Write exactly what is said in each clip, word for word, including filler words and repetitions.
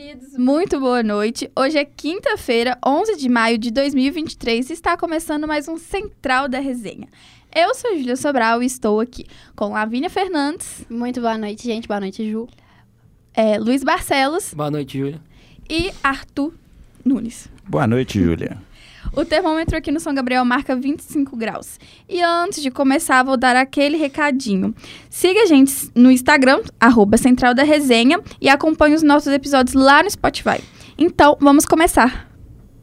queridos, muito boa noite. Hoje é quinta-feira, onze de maio de dois mil e vinte e três e está começando mais um Central da Resenha. Eu sou Júlia Sobral e estou aqui com Lavínia Fernandes. Muito boa noite, gente. Boa noite, Ju. É, Luiz Barcelos. Boa noite, Júlia. E Arthur Nunes. Boa noite, Júlia. O termômetro aqui no São Gabriel marca vinte e cinco graus. E antes de começar, vou dar aquele recadinho. Siga a gente no Instagram, arroba Central da Resenha, e acompanhe os nossos episódios lá no Spotify. Então, vamos começar.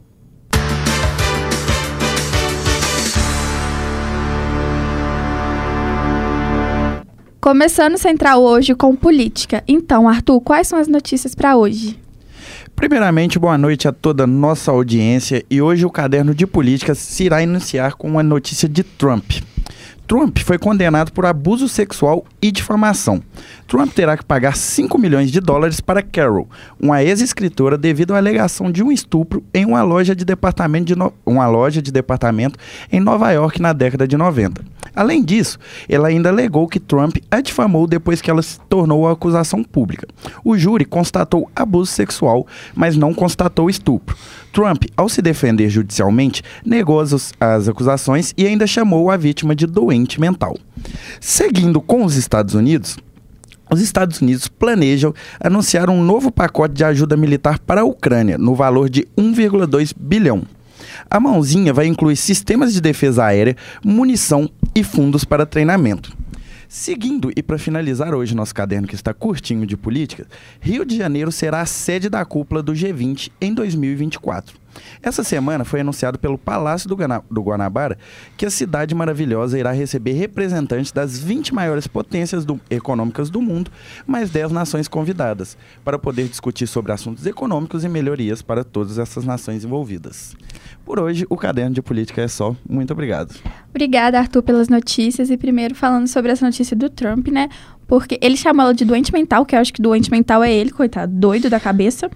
Começando o Central hoje com política. Então, Arthur, quais são as notícias para hoje? Primeiramente, boa noite a toda a nossa audiência. E hoje o Caderno de Política se irá iniciar com uma notícia de Trump. Trump foi condenado por abuso sexual e difamação. Trump terá que pagar cinco milhões de dólares para Carol, uma ex-escritora, devido à alegação de um estupro em uma loja de departamento, de no... uma loja de departamento em Nova York na década de noventa. Além disso, ela ainda alegou que Trump a difamou depois que ela se tornou a acusação pública. O júri constatou abuso sexual, mas não constatou estupro. Trump, ao se defender judicialmente, negou as, as acusações e ainda chamou a vítima de doente mental. Seguindo com os Estados Unidos, os Estados Unidos planejam anunciar um novo pacote de ajuda militar para a Ucrânia, no valor de um vírgula dois bilhão. A mãozinha vai incluir sistemas de defesa aérea, munição e fundos para treinamento. Seguindo, e para finalizar hoje nosso caderno que está curtinho de política, Rio de Janeiro será a sede da cúpula do G vinte em dois mil e vinte e quatro. Essa semana foi anunciado pelo Palácio do, Gana- do Guanabara que a cidade maravilhosa irá receber representantes das vinte maiores potências do- econômicas do mundo, mais dez nações convidadas, para poder discutir sobre assuntos econômicos e melhorias para todas essas nações envolvidas. Por hoje, o Caderno de Política é só. Muito obrigado. Obrigada, Arthur, pelas notícias. E primeiro falando sobre essa notícia do Trump, né? Porque ele chamou ela de doente mental, que eu acho que doente mental é ele, coitado, doido da cabeça.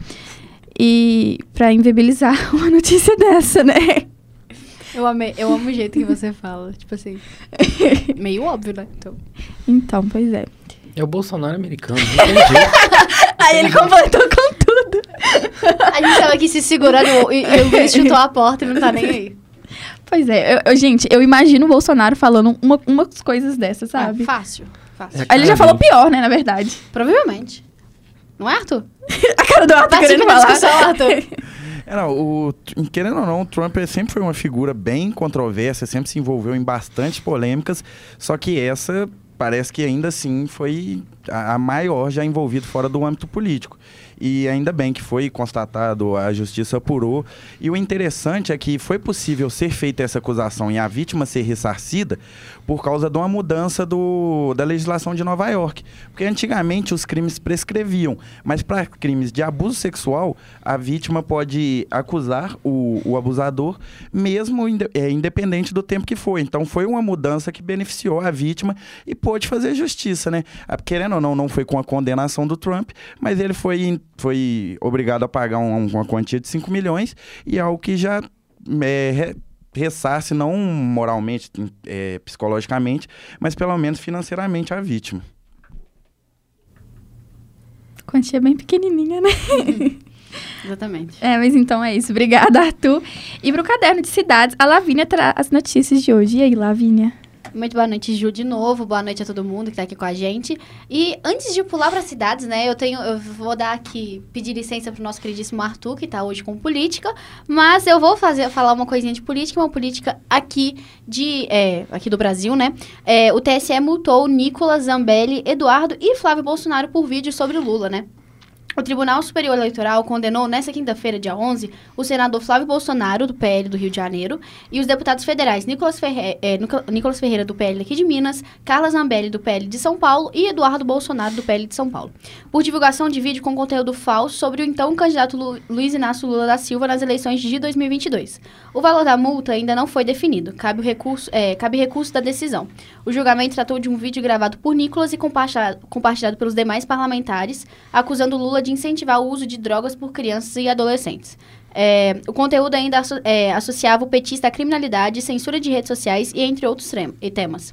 E pra inviabilizar uma notícia dessa, né? Eu, amei, eu amo o jeito que você fala. Tipo assim, meio óbvio, né? Então, Então, pois é. É o Bolsonaro americano, não tem jeito. Aí ele completou com tudo. a gente tava aqui se segurando e, e o Luiz chutou a porta e não tá nem aí. Pois é, eu, eu- gente, eu imagino o Bolsonaro falando uma, umas coisas dessas, sabe? Ah, fácil, fácil. É. Aí ele já falou pior, né, na verdade. Provavelmente. Não é, Arthur? A cara do Arthur Participe querendo da falar. discussão, Arthur. É, não, o, querendo ou não, o Trump sempre foi uma figura bem controversa, sempre se envolveu em bastante polêmicas, só que essa parece que ainda assim foi a, a maior já envolvida fora do âmbito político. E ainda bem que foi constatado, a justiça apurou. E o interessante é que foi possível ser feita essa acusação e a vítima ser ressarcida por causa de uma mudança do, da legislação de Nova York. Porque antigamente os crimes prescreviam, mas para crimes de abuso sexual, a vítima pode acusar o, o abusador, mesmo inde, é, independente do tempo que foi. Então foi uma mudança que beneficiou a vítima e pôde fazer justiça, né? Querendo ou não, não foi com a condenação do Trump, mas ele foi... foi obrigado a pagar um, uma quantia de cinco milhões e algo que já é, re, ressarce, não moralmente, é, psicologicamente, mas pelo menos financeiramente a vítima. Quantia bem pequenininha, né? Exatamente. É, mas então é isso. Obrigada, Arthur. E pro Caderno de Cidades, a Lavínia traz as notícias de hoje. E aí, Lavínia? Muito boa noite, Ju, de novo. Boa noite a todo mundo que tá aqui com a gente. E antes de pular para cidades, né, eu tenho, eu vou dar aqui, pedir licença pro nosso queridíssimo Arthur, que tá hoje com política, mas eu vou fazer, falar uma coisinha de política, uma política aqui de, é, aqui do Brasil, né? É, o T S E multou Nicolas, Zambelli, Eduardo e Flávio Bolsonaro por vídeo sobre o Lula, né? O Tribunal Superior Eleitoral condenou, nesta quinta-feira, dia onze, o senador Flávio Bolsonaro, do P L do Rio de Janeiro, e os deputados federais Nicolas, Ferre... é, Nicolas Ferreira, do P L aqui de Minas, Carla Zambelli, do P L de São Paulo, e Eduardo Bolsonaro, do P L de São Paulo, por divulgação de vídeo com conteúdo falso sobre o então candidato Lu... Luiz Inácio Lula da Silva nas eleições de dois mil e vinte e dois. O valor da multa ainda não foi definido, cabe, o recurso, é, cabe recurso da decisão. O julgamento tratou de um vídeo gravado por Nicolas e compartilhado, compartilhado pelos demais parlamentares, acusando Lula de incentivar o uso de drogas por crianças e adolescentes. É, o conteúdo ainda asso- é, associava o petista à criminalidade, censura de redes sociais e entre outros trem- e temas.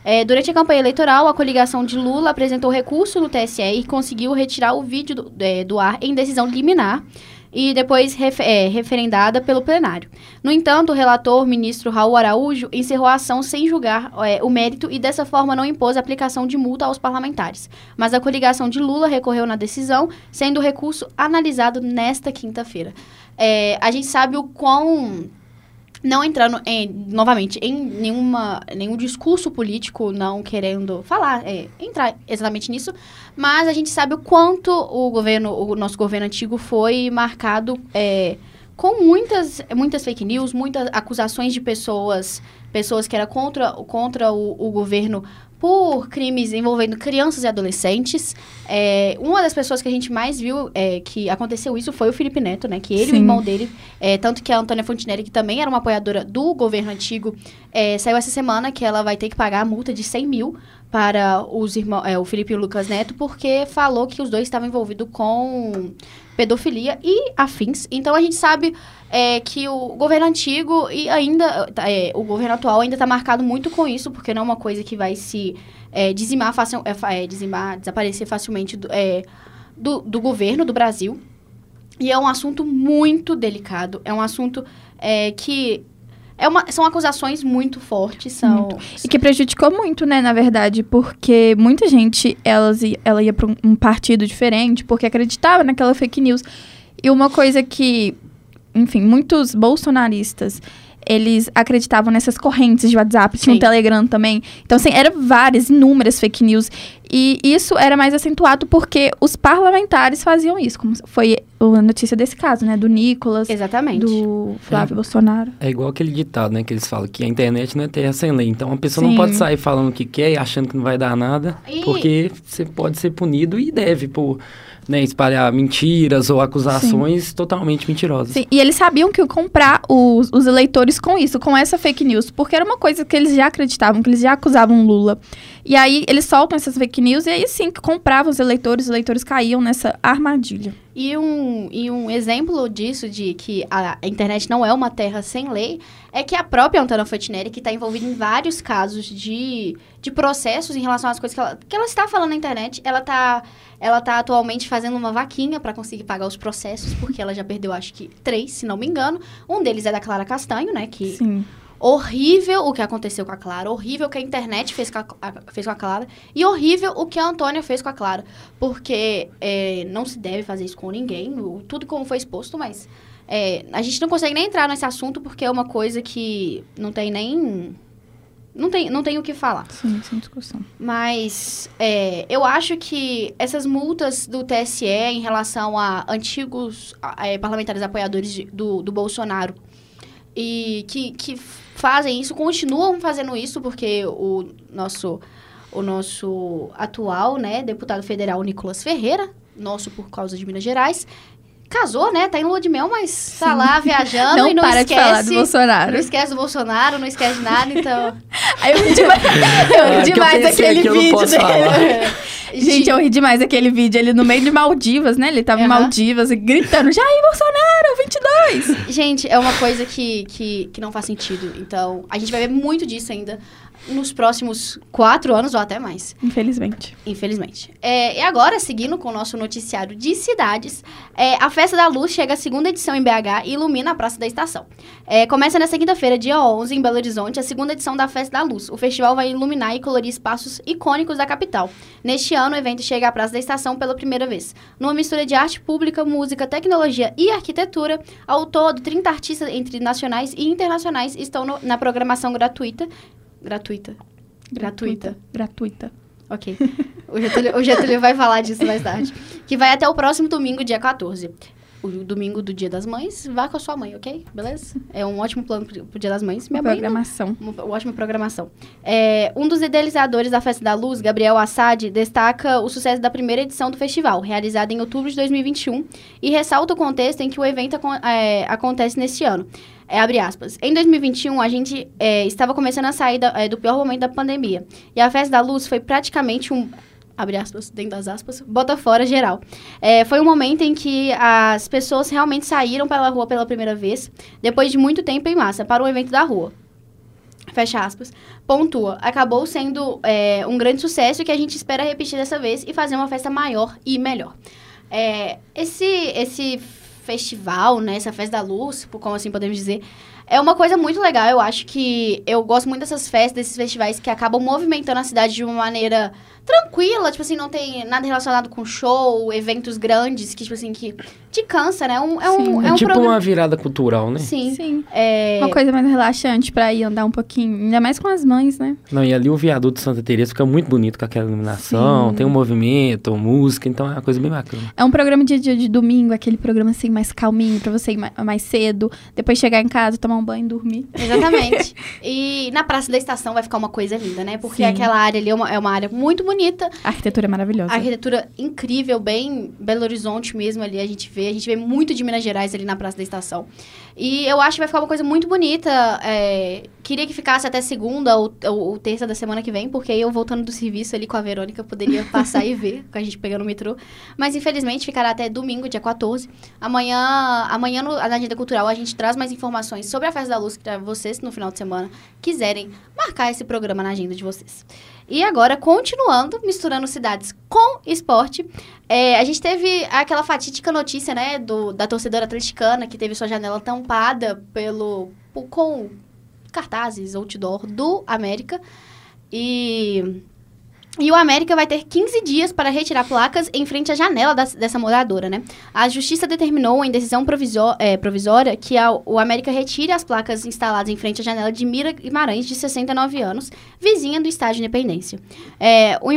É, durante a campanha eleitoral, a coligação de Lula apresentou recurso no T S E e conseguiu retirar o vídeo do, é, do ar em decisão liminar e depois ref, é, referendada pelo plenário. No entanto, o relator, ministro Raul Araújo, encerrou a ação sem julgar é, o mérito e, dessa forma, não impôs a aplicação de multa aos parlamentares. Mas a coligação de Lula recorreu na decisão, sendo o recurso analisado nesta quinta-feira. É, a gente sabe o quão... Não entrando, em, novamente, em nenhuma, nenhum discurso político, não querendo falar, é, entrar exatamente nisso, mas a gente sabe o quanto o governo, o nosso governo antigo foi marcado é, com muitas, muitas fake news, muitas acusações de pessoas, pessoas que eram contra, contra o, o governo por crimes envolvendo crianças e adolescentes. É, uma das pessoas que a gente mais viu é, que aconteceu isso foi o Felipe Neto, né? Que ele e o irmão dele, é, tanto que a Antônia Fontinelli, que também era uma apoiadora do governo antigo, é, saiu essa semana que ela vai ter que pagar a multa de cem mil para os irmãos, é, o Felipe e o Lucas Neto, porque falou que os dois estavam envolvidos com pedofilia e afins. Então, a gente sabe é, que o governo antigo e ainda é, o governo atual ainda está marcado muito com isso, porque não é uma coisa que vai se é, dizimar, facil, é, dizimar, desaparecer facilmente do, é, do, do governo do Brasil. E é um assunto muito delicado, é um assunto é, que... É uma, são acusações muito fortes, são... Muito. E que prejudicou muito, né, na verdade, porque muita gente, elas, ela ia para um, um partido diferente, porque acreditava naquela fake news. E uma coisa que, enfim, muitos bolsonaristas, eles acreditavam nessas correntes de WhatsApp, tinha um Telegram também. Então, assim, eram várias, inúmeras fake news. E isso era mais acentuado porque os parlamentares faziam isso, como foi a notícia desse caso, né? Do Nicolas, exatamente, do Flávio é, Bolsonaro. É igual aquele ditado, né? Que eles falam que a internet não é terra sem lei. Então, a pessoa Sim. não pode sair falando o que quer, achando que não vai dar nada, e... porque você pode ser punido e deve por... Né, espalhar mentiras ou acusações Sim. totalmente mentirosas. Sim, e eles sabiam que iam comprar os, os eleitores com isso, com essa fake news, porque era uma coisa que eles já acreditavam, que eles já acusavam Lula. E aí, eles soltam essas fake news e aí sim, que compravam os eleitores, os eleitores caíam nessa armadilha. E um, e um exemplo disso, de que a internet não é uma terra sem lei, é que a própria Antônia Fontinelli, que está envolvida em vários casos de, de processos em relação às coisas que ela, que ela está falando na internet, ela está ela tá atualmente fazendo uma vaquinha para conseguir pagar os processos, porque ela já perdeu, acho que, três, se não me engano. Um deles é da Clara Castanho, né, que... Sim. Horrível o que aconteceu com a Clara, horrível o que a internet fez com a, a, fez com a Clara e horrível o que a Antônia fez com a Clara, porque é, não se deve fazer isso com ninguém, o, tudo como foi exposto, mas é, a gente não consegue nem entrar nesse assunto porque é uma coisa que não tem nem... Não tem, não tem o que falar. Sim, sem discussão. Mas é, eu acho que essas multas do T S E em relação a antigos a, a, parlamentares apoiadores de, do, do Bolsonaro e que, que fazem isso, continuam fazendo isso, porque o nosso, o nosso atual, né, deputado federal Nicolas Ferreira, nosso por causa de Minas Gerais, casou, né? Tá em lua de mel, mas Sim. tá lá viajando não e não para esquece... de falar do Bolsonaro. Não esquece do Bolsonaro, não esquece de nada, então... Aí eu ri demais, eu ri demais daquele vídeo dele. Gente, eu ri demais daquele vídeo, ele no meio de Maldivas, né? Ele tava uhum. em Maldivas e gritando, Jair Bolsonaro, vinte e dois! Gente, é uma coisa que, que, que não faz sentido. Então, a gente vai ver muito disso ainda nos próximos quatro anos ou até mais. Infelizmente. Infelizmente. É, e agora, seguindo com o nosso noticiário de cidades, é, a Festa da Luz chega à segunda edição em B H e ilumina a Praça da Estação. É, começa nesta quinta-feira, dia onze, em Belo Horizonte, a segunda edição da Festa da Luz. O festival vai iluminar e colorir espaços icônicos da capital. Neste ano, o evento chega à Praça da Estação pela primeira vez. Numa mistura de arte pública, música, tecnologia e arquitetura, ao todo, trinta artistas entre nacionais e internacionais estão no, na programação gratuita. Gratuita. Gratuita. Gratuita. Ok. O Getúlio, o Getúlio vai falar disso mais tarde. Que vai até o próximo domingo, dia quatorze. O domingo do Dia das Mães, vá com a sua mãe, ok? Beleza? É um ótimo plano pro, pro Dia das Mães. Minha Minha programação. Mãe, uma, uma ótima programação. É, um dos idealizadores da Festa da Luz, Gabriel Assad, destaca o sucesso da primeira edição do festival, realizada em outubro de dois mil e vinte e um, e ressalta o contexto em que o evento é, acontece neste ano. É, abre aspas. Em dois mil e vinte e um, a gente é, estava começando a sair da, é, do pior momento da pandemia. E a Festa da Luz foi praticamente um... abre aspas, dentro das aspas, bota fora geral. É, foi um momento em que as pessoas realmente saíram pela rua pela primeira vez, depois de muito tempo em massa, para o evento da rua. fecha aspas, pontua. Acabou sendo é, um grande sucesso que a gente espera repetir dessa vez e fazer uma festa maior e melhor. É, esse, esse festival, né, essa festa da luz, como assim podemos dizer, é uma coisa muito legal. Eu acho que eu gosto muito dessas festas, desses festivais que acabam movimentando a cidade de uma maneira tranquila, tipo assim, não tem nada relacionado com show, eventos grandes, que, tipo assim, que te cansa, né? Um, é, um, é, é um tipo programa... uma virada cultural, né? Sim. Sim. É... Uma coisa mais relaxante pra ir andar um pouquinho, ainda mais com as mães, né? Não, e ali o viaduto de Santa Teresa fica muito bonito com aquela iluminação, Sim. tem um movimento, música, então é uma coisa bem bacana. É um programa de dia de domingo, aquele programa assim mais calminho, pra você ir ma- mais cedo, depois chegar em casa, tomar um banho e dormir. Exatamente. E na Praça da Estação vai ficar uma coisa linda, né? Porque Sim. aquela área ali é uma, é uma área muito bonita. A arquitetura é maravilhosa. A arquitetura incrível, bem Belo Horizonte mesmo ali, a gente vê. A gente vê muito de Minas Gerais ali na Praça da Estação. E eu acho que vai ficar uma coisa muito bonita. É, queria que ficasse até segunda ou, ou, ou terça da semana que vem, porque aí eu voltando do serviço ali com a Verônica, poderia passar e ver, com a gente pegando o metrô. Mas infelizmente ficará até domingo, dia quatorze. Amanhã, amanhã no, na Agenda Cultural, a gente traz mais informações sobre a Festa da Luz para vocês, no final de semana, quiserem marcar esse programa na agenda de vocês. E agora, continuando, misturando cidades com esporte, é, a gente teve aquela fatídica notícia, né, do, da torcedora atleticana, que teve sua janela tampada pelo, por, com cartazes, outdoor do América. E, e o América vai ter quinze dias para retirar placas em frente à janela das, dessa moradora, né? A Justiça determinou em decisão provisó, é, provisória que a, o América retire as placas instaladas em frente à janela de Mira Guimarães, de sessenta e nove anos, vizinha do Estádio Independência. É, o,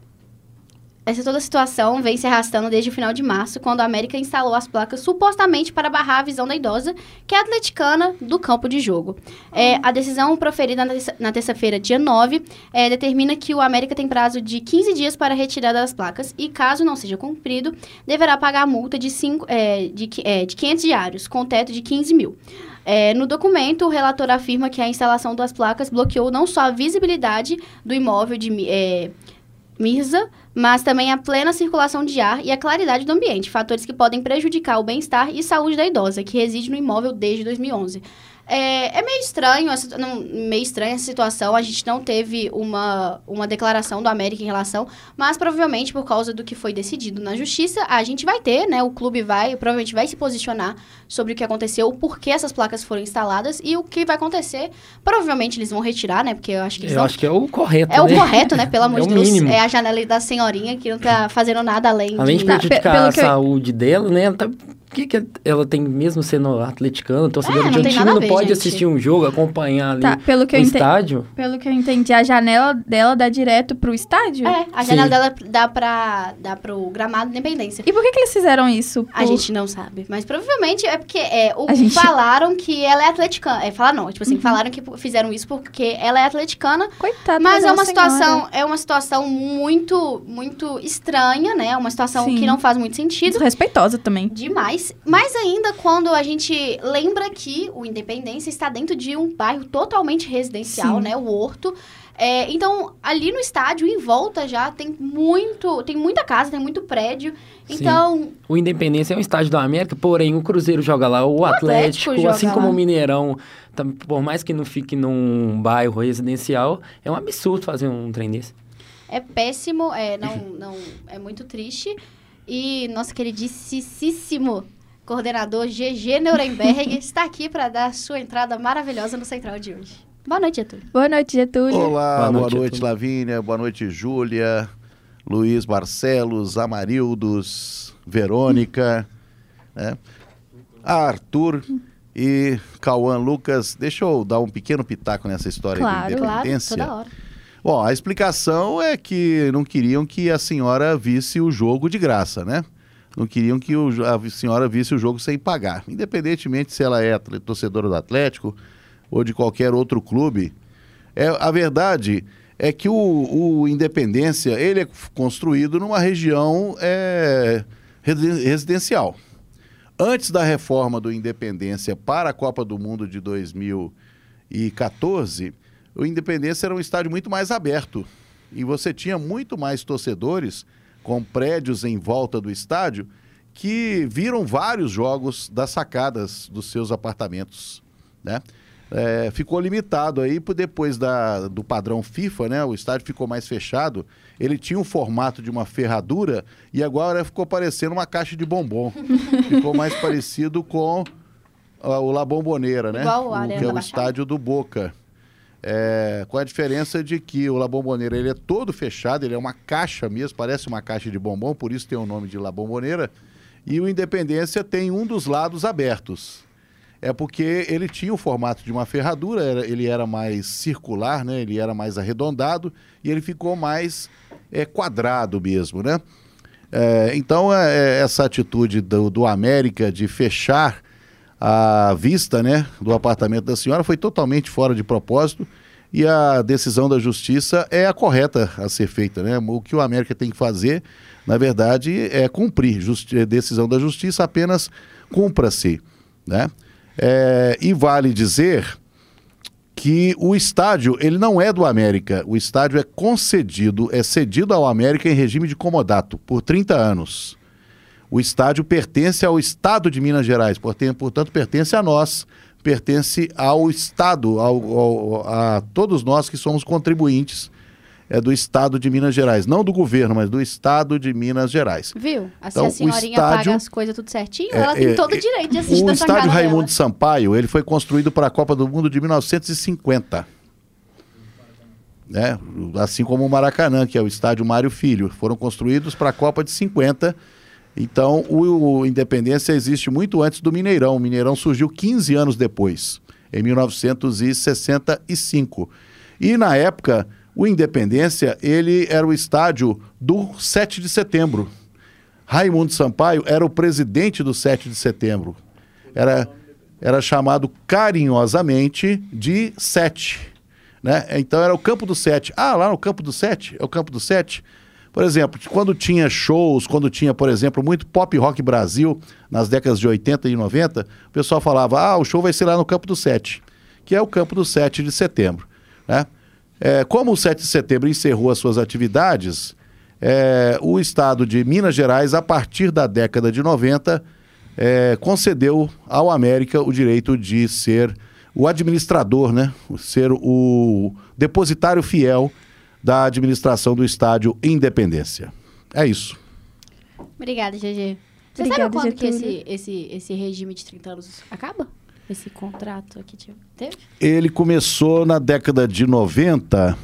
essa toda a situação vem se arrastando desde o final de março, quando a América instalou as placas supostamente para barrar a visão da idosa, que é atleticana, do campo de jogo. É, a decisão proferida na, terça, na terça-feira, dia nove, é, determina que o América tem prazo de quinze dias para retirar das placas e, caso não seja cumprido, deverá pagar a multa de, cinco, é, de, é, de quinhentos diários, com teto de quinze mil. É, no documento, o relator afirma que a instalação das placas bloqueou não só a visibilidade do imóvel de é, Mirza, mas também a plena circulação de ar e a claridade do ambiente, fatores que podem prejudicar o bem-estar e saúde da idosa, que reside no imóvel desde dois mil e onze. É, é meio estranho, essa, não, meio estranha essa situação, a gente não teve uma, uma declaração do América em relação, mas provavelmente por causa do que foi decidido na Justiça, a gente vai ter, né, o clube vai, provavelmente vai se posicionar sobre o que aconteceu, o porquê essas placas foram instaladas e o que vai acontecer. Provavelmente eles vão retirar, né, porque eu acho que eles Eu não... acho que é o correto, É né? o correto, né, pelo amor É de o Deus. mínimo. É a janela da senhorinha que não tá fazendo nada além Além de de... Tá, prejudicar pe- pelo a que eu- saúde dela, né? Ela tá... O que, que ela tem, mesmo sendo atleticana, torcedora É, de não um tem time, nada a não ver, pode gente. assistir um jogo, acompanhar ali Tá, pelo que o eu entendi. estádio? Pelo que eu entendi, a janela dela dá direto pro estádio? É, a Sim. janela dela dá, pra, dá pro gramado Independência. E por que, que eles fizeram isso? A Por- gente não sabe, mas provavelmente é porque é, o, A gente- falaram que ela é atleticana. É, falaram não, tipo assim, Uhum. falaram que fizeram isso porque ela é atleticana, Coitada mas é daquela uma situação, senhora. é uma situação muito, muito estranha, né? Uma situação Sim. que não faz muito sentido. Desrespeitosa também. Demais. Mais ainda quando a gente lembra que o Independência está dentro de um bairro totalmente residencial, Sim. né? O Horto. É, então, ali no estádio, em volta já, tem muito, tem muita casa, tem muito prédio. Sim. Então, O Independência é um estádio da América, porém o Cruzeiro joga lá, o, Atlético Atlético, joga assim lá. como o Mineirão, tam- por mais que não fique num bairro residencial, é um absurdo fazer um trem desse. é péssimo, é, não, não, é muito triste. E nosso queridíssimo coordenador G G Nuremberg está aqui para dar a sua entrada maravilhosa no Central de hoje. Boa noite, Getúlio. Boa noite, Getúlio. Olá, Boa boa noite noite, a todos. Lavínia, boa noite, Júlia, Luiz Barcelos, Amarildos, Verônica, né? Arthur e Cauã Lucas. Deixa eu dar um pequeno pitaco nessa história Claro, de Claro, independência. toda hora. Bom, a explicação é que não queriam que a senhora visse o jogo de graça, né? Não queriam que o, a senhora visse o jogo sem pagar. Independentemente se ela é atle- torcedora do Atlético ou de qualquer outro clube. É, a verdade é que o, o Independência, ele é construído numa região é, residen- residencial. Antes da reforma do Independência para a Copa do Mundo de dois mil e quatorze, o Independência era um estádio muito mais aberto. E você tinha muito mais torcedores com prédios em volta do estádio que viram vários jogos das sacadas dos seus apartamentos, né? é, ficou limitado aí por depois da, do padrão FIFA, né? O estádio ficou mais fechado. Ele tinha o formato de uma ferradura e agora ficou parecendo uma caixa de bombom. Ficou mais parecido com uh, o La Bombonera, né? Igual o o, Arena que é o da estádio do Boca. É, com a diferença de que o La Bombonera ele é todo fechado, ele é uma caixa mesmo, parece uma caixa de bombom, por isso tem o nome de La Bombonera. E o Independência tem um dos lados abertos. É porque ele tinha o formato de uma ferradura, era, ele era mais circular, né? Ele era mais arredondado e ele ficou mais é, quadrado mesmo, né? É, então, é, essa atitude do, do América de fechar a vista, né, do apartamento da senhora foi totalmente fora de propósito e a decisão da justiça é a correta a ser feita, né? O que o América tem que fazer, na verdade, é cumprir. Justi- decisão da justiça, apenas cumpra-se, né? É, e vale dizer que o estádio, ele não é do América. O estádio é concedido, é cedido ao América em regime de comodato por trinta anos. O estádio pertence ao Estado de Minas Gerais, portanto, pertence a nós, pertence ao Estado, ao, ao, a todos nós que somos contribuintes é, do Estado de Minas Gerais. Não do governo, mas do Estado de Minas Gerais. Viu? Assim Então, a senhorinha o estádio, paga as coisas tudo certinho, é, ela tem é, todo o direito de assistir O da estádio sacada Raimundo dela. Sampaio, ele foi construído para a Copa do Mundo de mil novecentos e cinquenta. Né? Assim como o Maracanã, que é o estádio Mário Filho. Foram construídos para a Copa de cinquenta. Então, o, o Independência existe muito antes do Mineirão. O Mineirão surgiu quinze anos depois, em mil novecentos e sessenta e cinco. E, na época, o Independência, ele era o estádio do sete de setembro. Raimundo Sampaio era o presidente do sete de setembro. Era, era chamado carinhosamente de Sete. Né? Então, era o Campo do Sete. Ah, lá no Campo do Sete? É o Campo do Sete? Por exemplo, quando tinha shows, quando tinha, por exemplo, muito Pop Rock Brasil, nas décadas de oitenta e noventa, o pessoal falava, ah, o show vai ser lá no Campo do Sete, que é o Campo do sete de setembro. Né? É, como o sete de setembro encerrou as suas atividades, é, o Estado de Minas Gerais, a partir da década de noventa, é, concedeu ao América o direito de ser o administrador, né? Ser o depositário fiel da administração do estádio Independência. É isso. Obrigada, G G. Você Obrigada, sabe quando que Getúlio. esse, esse, esse regime de trinta anos acaba? Esse contrato aqui teve? Ele começou na década de noventa,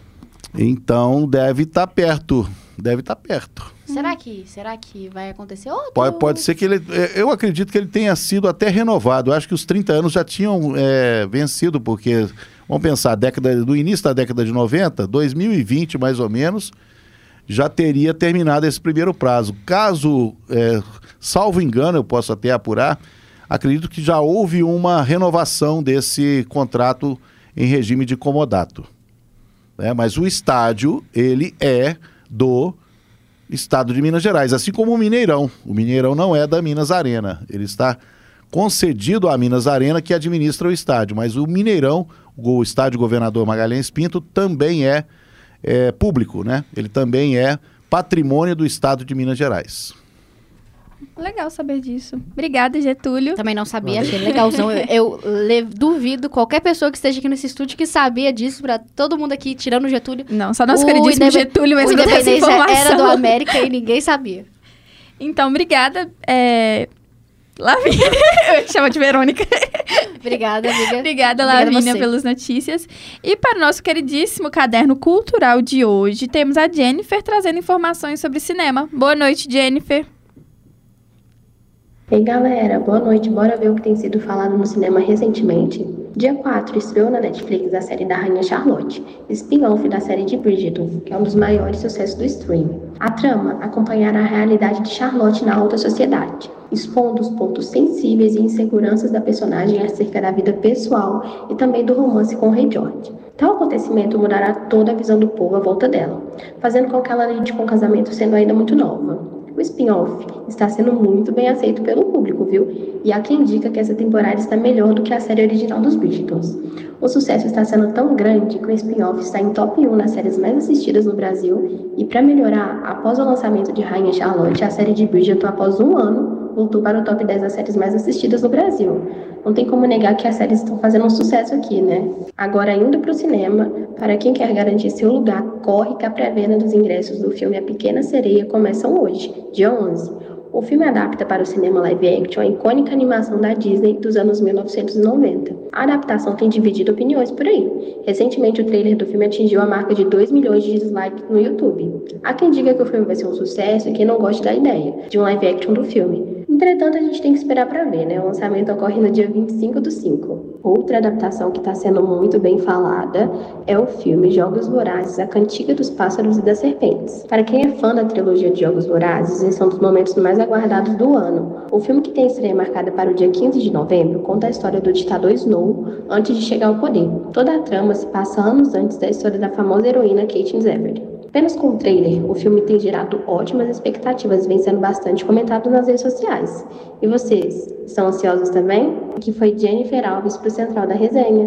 então deve estar perto. Deve estar perto. Será que, será que vai acontecer outro? Pode, pode ser que ele... Eu acredito que ele tenha sido até renovado. Eu acho que os trinta anos já tinham é, vencido, porque... Vamos pensar, década, no início da década de noventa, dois mil e vinte mais ou menos, já teria terminado esse primeiro prazo. Caso, é, salvo engano, eu posso até apurar, acredito que já houve uma renovação desse contrato em regime de comodato. Né? Mas o estádio, ele é do Estado de Minas Gerais, assim como o Mineirão. O Mineirão não é da Minas Arena, ele está concedido à Minas Arena, que administra o estádio, mas o Mineirão, o estádio Governador Magalhães Pinto, também é, é público, né? Ele também é patrimônio do Estado de Minas Gerais. Legal saber disso. Obrigada, Getúlio. Também não sabia, achei legalzão. Eu, eu le- duvido qualquer pessoa que esteja aqui nesse estúdio que sabia disso, pra todo mundo aqui, tirando o Getúlio. Não, só nosso O queridíssimo Indep- Getúlio O mesmo com essa Independência informação. era do América e ninguém sabia. Então, obrigada. É... Lavínia. Eu chamo de Verônica. Obrigada, amiga. Obrigada, Obrigada a Lavínia, você. pelas notícias. E para o nosso queridíssimo caderno cultural de hoje, temos a Jennifer trazendo informações sobre cinema. Boa noite, Jennifer. Ei galera, boa noite, bora ver o que tem sido falado no cinema recentemente. Dia quatro estreou na Netflix a série da Rainha Charlotte, spin-off da série de Bridgerton, que é um dos maiores sucessos do streaming. A trama acompanhará a realidade de Charlotte na alta sociedade, expondo os pontos sensíveis e inseguranças da personagem acerca da vida pessoal e também do romance com o Rei George. Tal acontecimento mudará toda a visão do povo à volta dela, fazendo com que ela lide com o casamento sendo ainda muito nova. O spin-off está sendo muito bem aceito pelo público, viu? E há quem indica que essa temporada está melhor do que a série original dos Bridgertons. O sucesso está sendo tão grande que o spin-off está em top um nas séries mais assistidas no Brasil. E para melhorar, após o lançamento de Rainha Charlotte, a série de Bridgerton após um ano voltou para o top dez das séries mais assistidas no Brasil. Não tem como negar que as séries estão fazendo um sucesso aqui, né? Agora, indo para o cinema, para quem quer garantir seu lugar, corre que a pré-venda dos ingressos do filme A Pequena Sereia começam hoje, dia onze. O filme adapta para o cinema live action a icônica animação da Disney dos anos mil novecentos e noventa. A adaptação tem dividido opiniões por aí. Recentemente, o trailer do filme atingiu a marca de dois milhões de dislikes no YouTube. Há quem diga que o filme vai ser um sucesso e quem não gosta da ideia de um live action do filme. Entretanto, a gente tem que esperar para ver, né? O lançamento ocorre no dia vinte e cinco do cinco. Outra adaptação que está sendo muito bem falada é o filme Jogos Vorazes, A Cantiga dos Pássaros e das Serpentes. Para quem é fã da trilogia de Jogos Vorazes, esse é um dos momentos mais aguardados do ano. O filme, que tem estreia marcada para o dia quinze de novembro, conta a história do ditador Snow antes de chegar ao poder. Toda a trama se passa anos antes da história da famosa heroína Katniss Everdeen. Apenas com o trailer, o filme tem gerado ótimas expectativas, vem sendo bastante comentado nas redes sociais. E vocês, estão ansiosos também? Que foi Jennifer Alves para o Central da Resenha.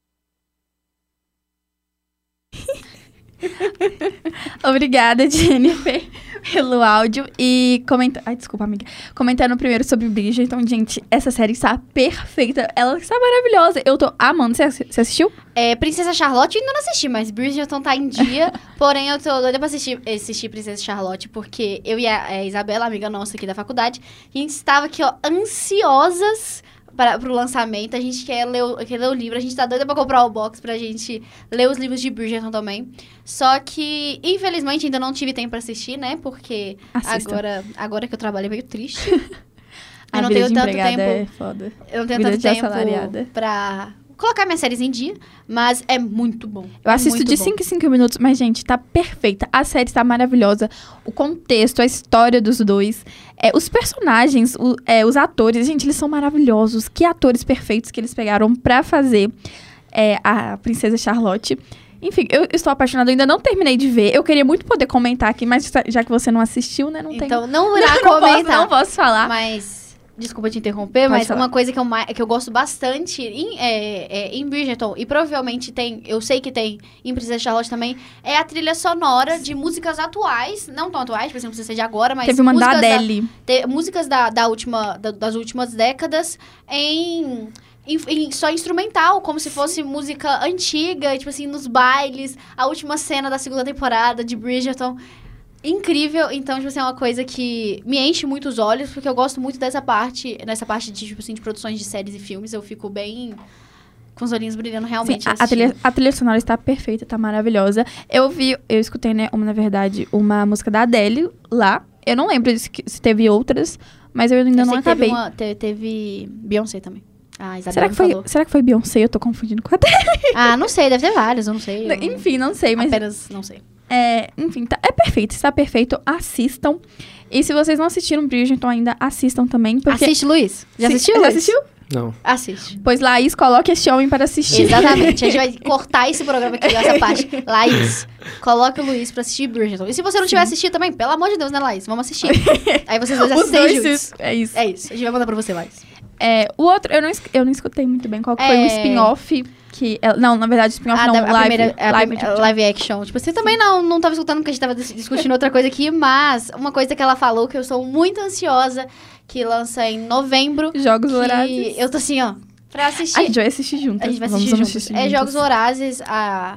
Obrigada, Jennifer, pelo áudio. E comenta... Ai, desculpa, amiga. Comentando primeiro sobre Bridgerton. Gente, essa série está perfeita. Ela está maravilhosa. Eu tô amando. Você, você assistiu? É, Princesa Charlotte eu ainda não assisti, mas Bridgerton tá em dia. Porém, eu tô doida pra assistir, assistir Princesa Charlotte, porque eu e a, a Isabela, amiga nossa aqui da faculdade, a gente estava aqui, ó, ansiosas para, pro lançamento. A gente quer ler, o, quer ler o livro, a gente tá doida pra comprar o box pra gente ler os livros de Bridgerton também. Só que, infelizmente, ainda não tive tempo pra assistir, né? Porque agora, agora que eu trabalho é meio triste. eu não tenho tanto tempo. É foda. Eu não tenho Vida tanto de tempo assalariada. pra colocar minhas séries em dia, mas é muito bom. Eu é assisto de cinco em cinco minutos, mas, gente, tá perfeita. A série está maravilhosa. O contexto, a história dos dois, é, os personagens, o, é, os atores, gente, eles são maravilhosos. Que atores perfeitos que eles pegaram pra fazer é, a Princesa Charlotte. Enfim, eu estou apaixonada, eu ainda não terminei de ver. Eu queria muito poder comentar aqui, mas já que você não assistiu, né, não tem... Então, não irá não comentar. Posso, não posso falar. Mas... Desculpa te interromper, Pode mas falar. uma coisa que eu, ma- que eu gosto bastante em, é, é, em Bridgerton, e provavelmente tem, eu sei que tem em Princesa Charlotte também, é a trilha sonora de músicas atuais, não tão atuais, por exemplo, não precisa ser de agora, mas Teve uma da músicas, da, Adele. te- músicas da, da última, da- das últimas décadas em... Em, em- só instrumental, como se fosse música antiga, tipo assim, nos bailes, a última cena da segunda temporada de Bridgerton. Incrível, então, tipo assim, é uma coisa que me enche muito os olhos, porque eu gosto muito dessa parte, nessa parte de, tipo assim, de produções de séries e filmes, eu fico bem com os olhinhos brilhando realmente. Sim, a, a, trilha, assistindo. a trilha sonora está perfeita, tá maravilhosa. Eu vi, eu escutei, né, uma, na verdade, uma música da Adele lá. Eu não lembro se, se teve outras, mas eu ainda Eu não sei que teve, acabei. uma, te- teve Beyoncé também. Ah, Isabela Será que, me foi, falou. será que foi Beyoncé? Eu tô confundindo com a Adele. Ah, não sei, deve ter vários, eu não sei. eu Enfim, não sei, mas... Apenas não sei. É, enfim, tá, é perfeito, está perfeito. Assistam. E se vocês não assistiram Bridgerton ainda, assistam também. Porque... Assiste, Luiz. Já Sim, assistiu, Já Luiz? assistiu? Não. Assiste. Pois, Laís, coloque este homem para assistir. Exatamente. A gente vai cortar esse programa aqui, essa parte. Laís, coloque o Luiz pra assistir Bridgerton. E se você não tiver assistido também, pelo amor de Deus, né, Laís? Vamos assistir. Aí vocês dois Os assistem dois, juntos. isso, é isso. É isso. A gente vai mandar pra você, Laís. É, o outro, eu não, es- eu não escutei muito bem qual que foi É. o spin-off. Que, ela- não, na verdade, o spin-off Ah, não, da- a live, primeira, a live, prime- live action. Tipo, você também não, não tava escutando porque a gente tava dis- discutindo outra coisa aqui, mas uma coisa que ela falou que eu sou muito ansiosa, que lança em novembro. Jogos que Vorazes. eu tô assim, ó, pra assistir. A gente vai assistir juntas. A gente vai Vamos- assistir vamos juntos. assistir É juntas. Jogos Vorazes, a...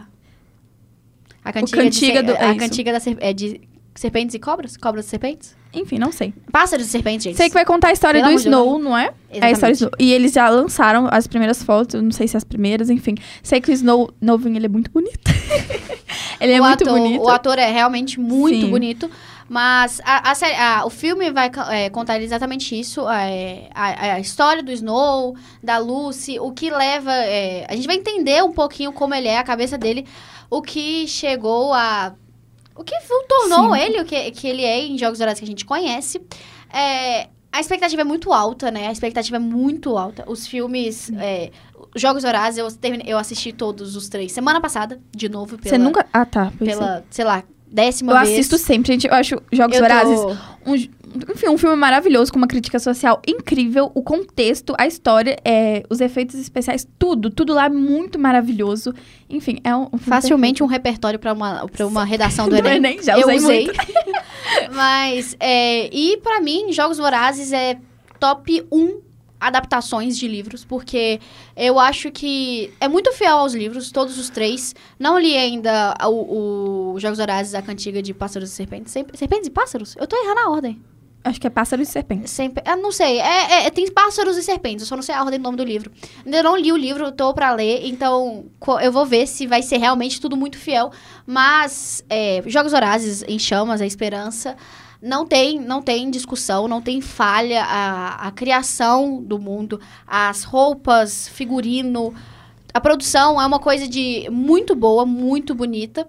A cantiga, Cantiga de, do- ser- é A isso. cantiga da ser- é de serpentes e cobras? Cobras e serpentes? Enfim, não sei. Pássaros e serpentes, gente. Sei que vai contar a história Pelo do amor de Snow, não é? É a Exatamente. história do Snow. E eles já lançaram as primeiras fotos, não sei se as primeiras, enfim. Sei que o Snow novinho, ele é muito bonito. ele é o muito ator, bonito. O ator é realmente muito Sim. bonito. Mas a, a série- a- o filme vai é, contar exatamente isso. É, a, a história do Snow, da Lucy, o que leva... é, a gente vai entender um pouquinho como ele é, a cabeça dele. O que chegou a... O que tornou Sim. ele o que, que ele é em Jogos Vorazes que a gente conhece. É, a expectativa é muito alta, né? A expectativa é muito alta. Os filmes... é, Jogos Vorazes, eu, terminei, eu assisti todos os três. Semana passada, de novo. Pela, Você nunca... Ah, tá. pois é. Pela, sei lá, décima Eu vez. assisto sempre, gente. Eu acho Jogos Eu tô- Vorazes um, enfim, um filme maravilhoso, com uma crítica social incrível. O contexto, a história, é, os efeitos especiais, tudo. Tudo lá é muito maravilhoso. Enfim, é um, um filme Facilmente um repertório pra uma, pra uma redação do Do Enem. Enem, já eu usei usei. muito. Mas, é, e pra mim, Jogos Vorazes é top um adaptações de livros, porque eu acho que é muito fiel aos livros, todos os três. Não li ainda o, o Jogos Vorazes, a cantiga de Pássaros e Serpentes. Serpentes e Pássaros? Eu tô errando a ordem. Acho que é Pássaros e Serpentes. Sempre, eu não sei, é, é, tem Pássaros e Serpentes, eu só não sei a ordem do nome do livro. Ainda não li o livro, tô pra ler, então eu vou ver se vai ser realmente tudo muito fiel. Mas é, Jogos Vorazes, Em Chamas, A Esperança... Não tem, não tem discussão, não tem falha. A, a criação do mundo, as roupas, figurino, a produção é uma coisa de muito boa, muito bonita.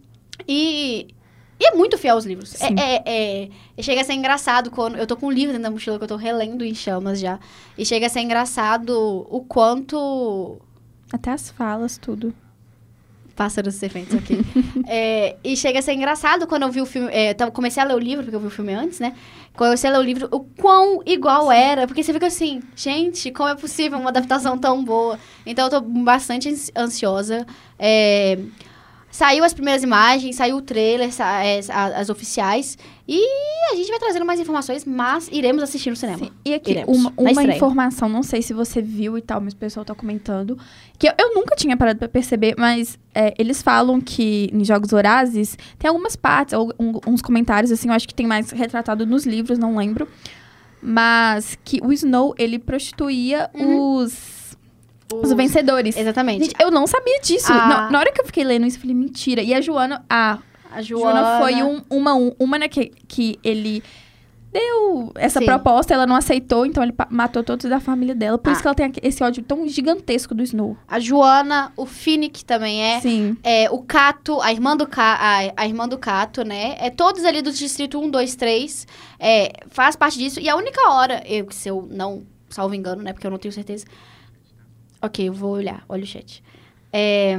E, e é muito fiel aos livros. É, é, é, chega a ser engraçado quando... Eu tô com um livro dentro da mochila que eu tô relendo Em Chamas já. E chega a ser engraçado o quanto... Até as falas, tudo. Pássaros e Serpentes, ok. é, e chega a ser engraçado quando eu vi o filme... É, eu comecei a ler o livro, porque eu vi o filme antes, né? Quando eu comecei a ler o livro, o quão igual era. Porque você fica assim, gente, como é possível uma adaptação tão boa? Então, eu tô bastante ansiosa. É, saiu as primeiras imagens, saiu o trailer, sa- é, as, as oficiais. E a gente vai trazendo mais informações, mas iremos assistir no cinema. Sim. E aqui, Iremos, uma, na uma estreia. informação, não sei se você viu e tal, mas o pessoal tá comentando, que eu, eu nunca tinha parado pra perceber, mas é, eles falam que em Jogos Vorazes tem algumas partes, ou, um, uns comentários, assim, eu acho que tem mais retratado nos livros, não lembro, mas que o Snow, ele prostituía Uhum. os, os vencedores. Exatamente. Gente, eu não sabia disso. Ah. Na, na hora que eu fiquei lendo isso, eu falei, mentira. E a Joana, a A Joana, Joana foi um, uma, um, uma né, que, que ele deu essa Sim. proposta, ela não aceitou, então ele pa- matou todos da família dela. Por Ah. isso que ela tem aqui- esse ódio tão gigantesco do Snow. A Joana, o Finnick também é. Sim. É, o Cato, a irmã do, Ca, a, a irmã do Cato, né? É todos ali do distrito um, dois, três. É, faz parte disso. E a única hora, eu, se eu não salvo engano, né? Porque eu não tenho certeza. Ok, eu vou olhar. Olha o chat. É,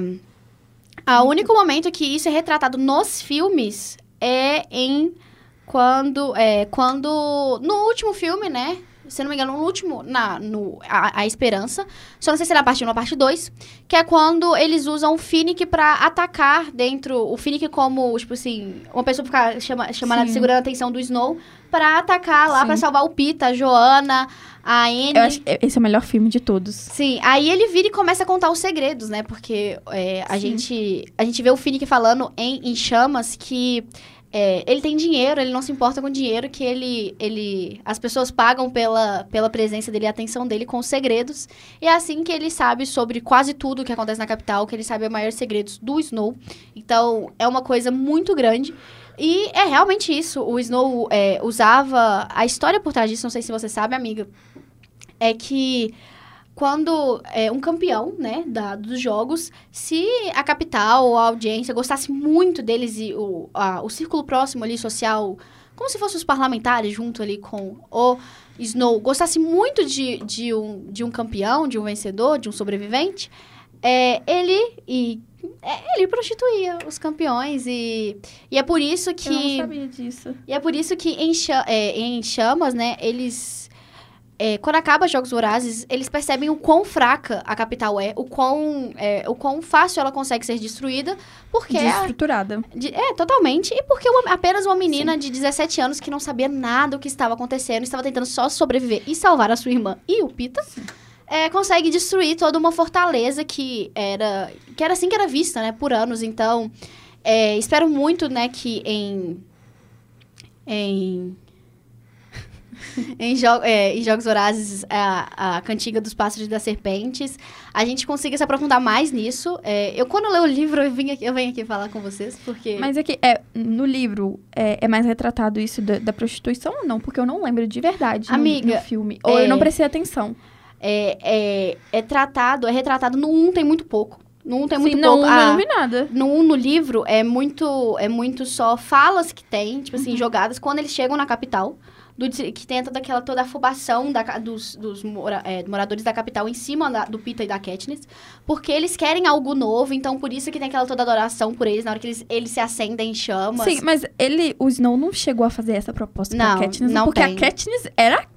o único momento que isso é retratado nos filmes é em quando... É, quando no último filme, né? Se eu não me engano, no último... Na, no, a, a Esperança. Só não sei se é na parte um ou na parte dois. Que é quando eles usam o Finnick pra atacar dentro... O Finnick como, tipo assim... Uma pessoa ficar chama, chamando, Sim. segurando a atenção do Snow. Pra atacar lá, Sim. pra salvar o Pita, a Joana, a Anne. Eu acho que esse é o melhor filme de todos. Sim, aí ele vira e começa a contar os segredos, né? Porque é, a, gente, a gente vê o Finnick falando em, em Chamas que... É, ele tem dinheiro, ele não se importa com dinheiro, que ele, ele, as pessoas pagam pela, pela presença dele e a atenção dele com os segredos. E é assim que ele sabe sobre quase tudo que acontece na capital, que ele sabe os maiores segredos do Snow. Então, é uma coisa muito grande. E é realmente isso. O Snow é, usava... A história por trás disso, não sei se você sabe, amiga, é que... Quando é, um campeão, né, da, dos jogos, se a capital ou a audiência gostasse muito deles e o, a, o círculo próximo ali, social, como se fossem os parlamentares junto ali com o Snow, gostasse muito de, de, um, de um campeão, de um vencedor, de um sobrevivente, é, ele, e, é, ele prostituía os campeões e, e é por isso que... Eu não sabia disso. E é por isso que em, cha- é, em Chamas, né, eles... É, quando acaba Jogos Vorazes, eles percebem o quão fraca a capital é, o quão, é, o quão fácil ela consegue ser destruída, porque... é a- Desestruturada. de- é, totalmente. E porque uma- apenas uma menina de dezessete anos que não sabia nada do que estava acontecendo, estava tentando só sobreviver e salvar a sua irmã e o Pita, é, consegue destruir toda uma fortaleza que era, que era assim que era vista, né, por anos. Então, é, espero muito, né, que em... em em, jo- é, em Jogos Vorazes, a, a Cantiga dos Pássaros e das Serpentes, a gente consiga se aprofundar mais nisso. É, eu, quando eu leio o livro, eu, vim aqui, eu venho aqui falar com vocês, porque... Mas é que é, no livro é, é mais retratado isso da, da prostituição ou não? Porque eu não lembro de verdade no- Amiga, no, filme. Ou é- eu não prestei atenção. É, é, é tratado, é retratado no um tem muito pouco. No um tem muito Sim, não, pouco. eu Ah, não vi nada. no um, no livro, é muito, é muito só falas que tem, tipo assim, jogadas quando eles chegam na capital. Do, que tem toda aquela toda a afobação da, ca- dos, dos mora- é, moradores da capital em cima da- do Pita e da Katniss. Porque eles querem algo novo, então por isso que tem aquela toda adoração por eles, na hora que eles, eles se acendem em chamas. Sim, mas ele, o Snow não chegou a fazer essa proposta Não, pra Katniss, não porque tem. a Katniss era a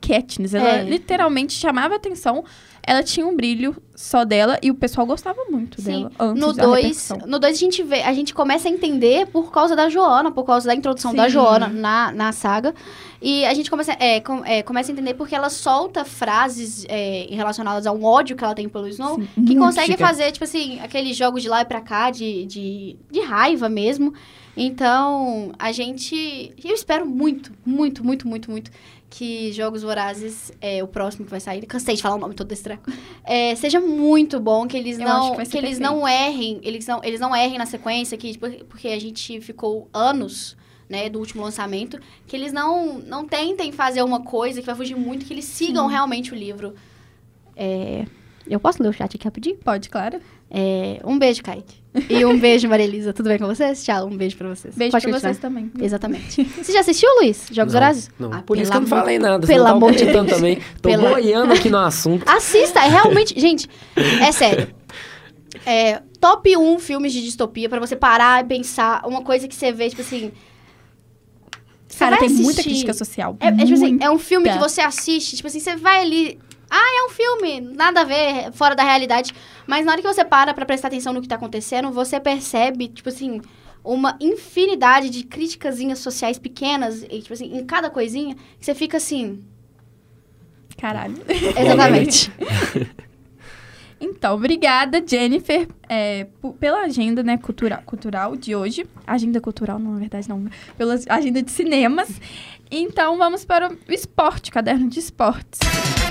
Katniss. Ela É. literalmente chamava atenção. Ela tinha um brilho só dela e o pessoal gostava muito Sim. dela antes No da dois, repercussão. no dois a gente vê, a gente começa a entender por causa da Joanna, por causa da introdução da Sim. Joanna na, na saga. E a gente começa, é, com- é, começa a entender porque ela solta frases é, relacionadas ao ódio que ela tem pelo Snow, Sim, que muito consegue chique. fazer, tipo assim, aqueles jogos de lá e pra cá, de, de, de raiva mesmo. Então, a gente... Eu espero muito, muito, muito, muito, muito que Jogos Vorazes, é, o próximo que vai sair, cansei de falar o nome todo desse treco, é, seja muito bom, que eles Eu acho não que vai que, ser eles perfeito. não errem, eles não, eles não errem na sequência, que, tipo, porque a gente ficou anos, né, do último lançamento, que eles não, não tentem fazer uma coisa que vai fugir muito, que eles sigam realmente o livro. É, eu posso ler o chat aqui rapidinho? Pode, claro. É, um beijo, Kaique. E um beijo, Maria Elisa. Tudo bem com vocês? Tchau, um beijo pra vocês. Beijo Pode pra continuar. vocês também. Exatamente. Você já assistiu, Luiz? Jogos Não, Vorazes? Não, Ah, por isso que eu não pelo falei amor- nada. Pelo senão eu amor de tava comentando Deus. também. Tô Pela- boiando aqui no assunto. Assista, é realmente... Gente, é sério. É, top um filmes de distopia pra você parar e pensar uma coisa que você vê, tipo assim... você Cara, vai tem muita assistir- crítica social. É, é, tipo assim, Muita. é um filme que você assiste, tipo assim, você vai ali... Ah, é um filme, nada a ver, fora da realidade. Mas na hora que você para pra prestar atenção no que tá acontecendo, você percebe, tipo assim, uma infinidade de criticazinhas sociais pequenas, e, tipo assim, em cada coisinha, que você fica assim... Caralho. Exatamente. Então, obrigada, Jennifer, é, p- pela agenda, né, cultural, cultural de hoje. Agenda cultural, não, na verdade, não. Pela agenda de cinemas. Então, vamos para o esporte, caderno de esportes.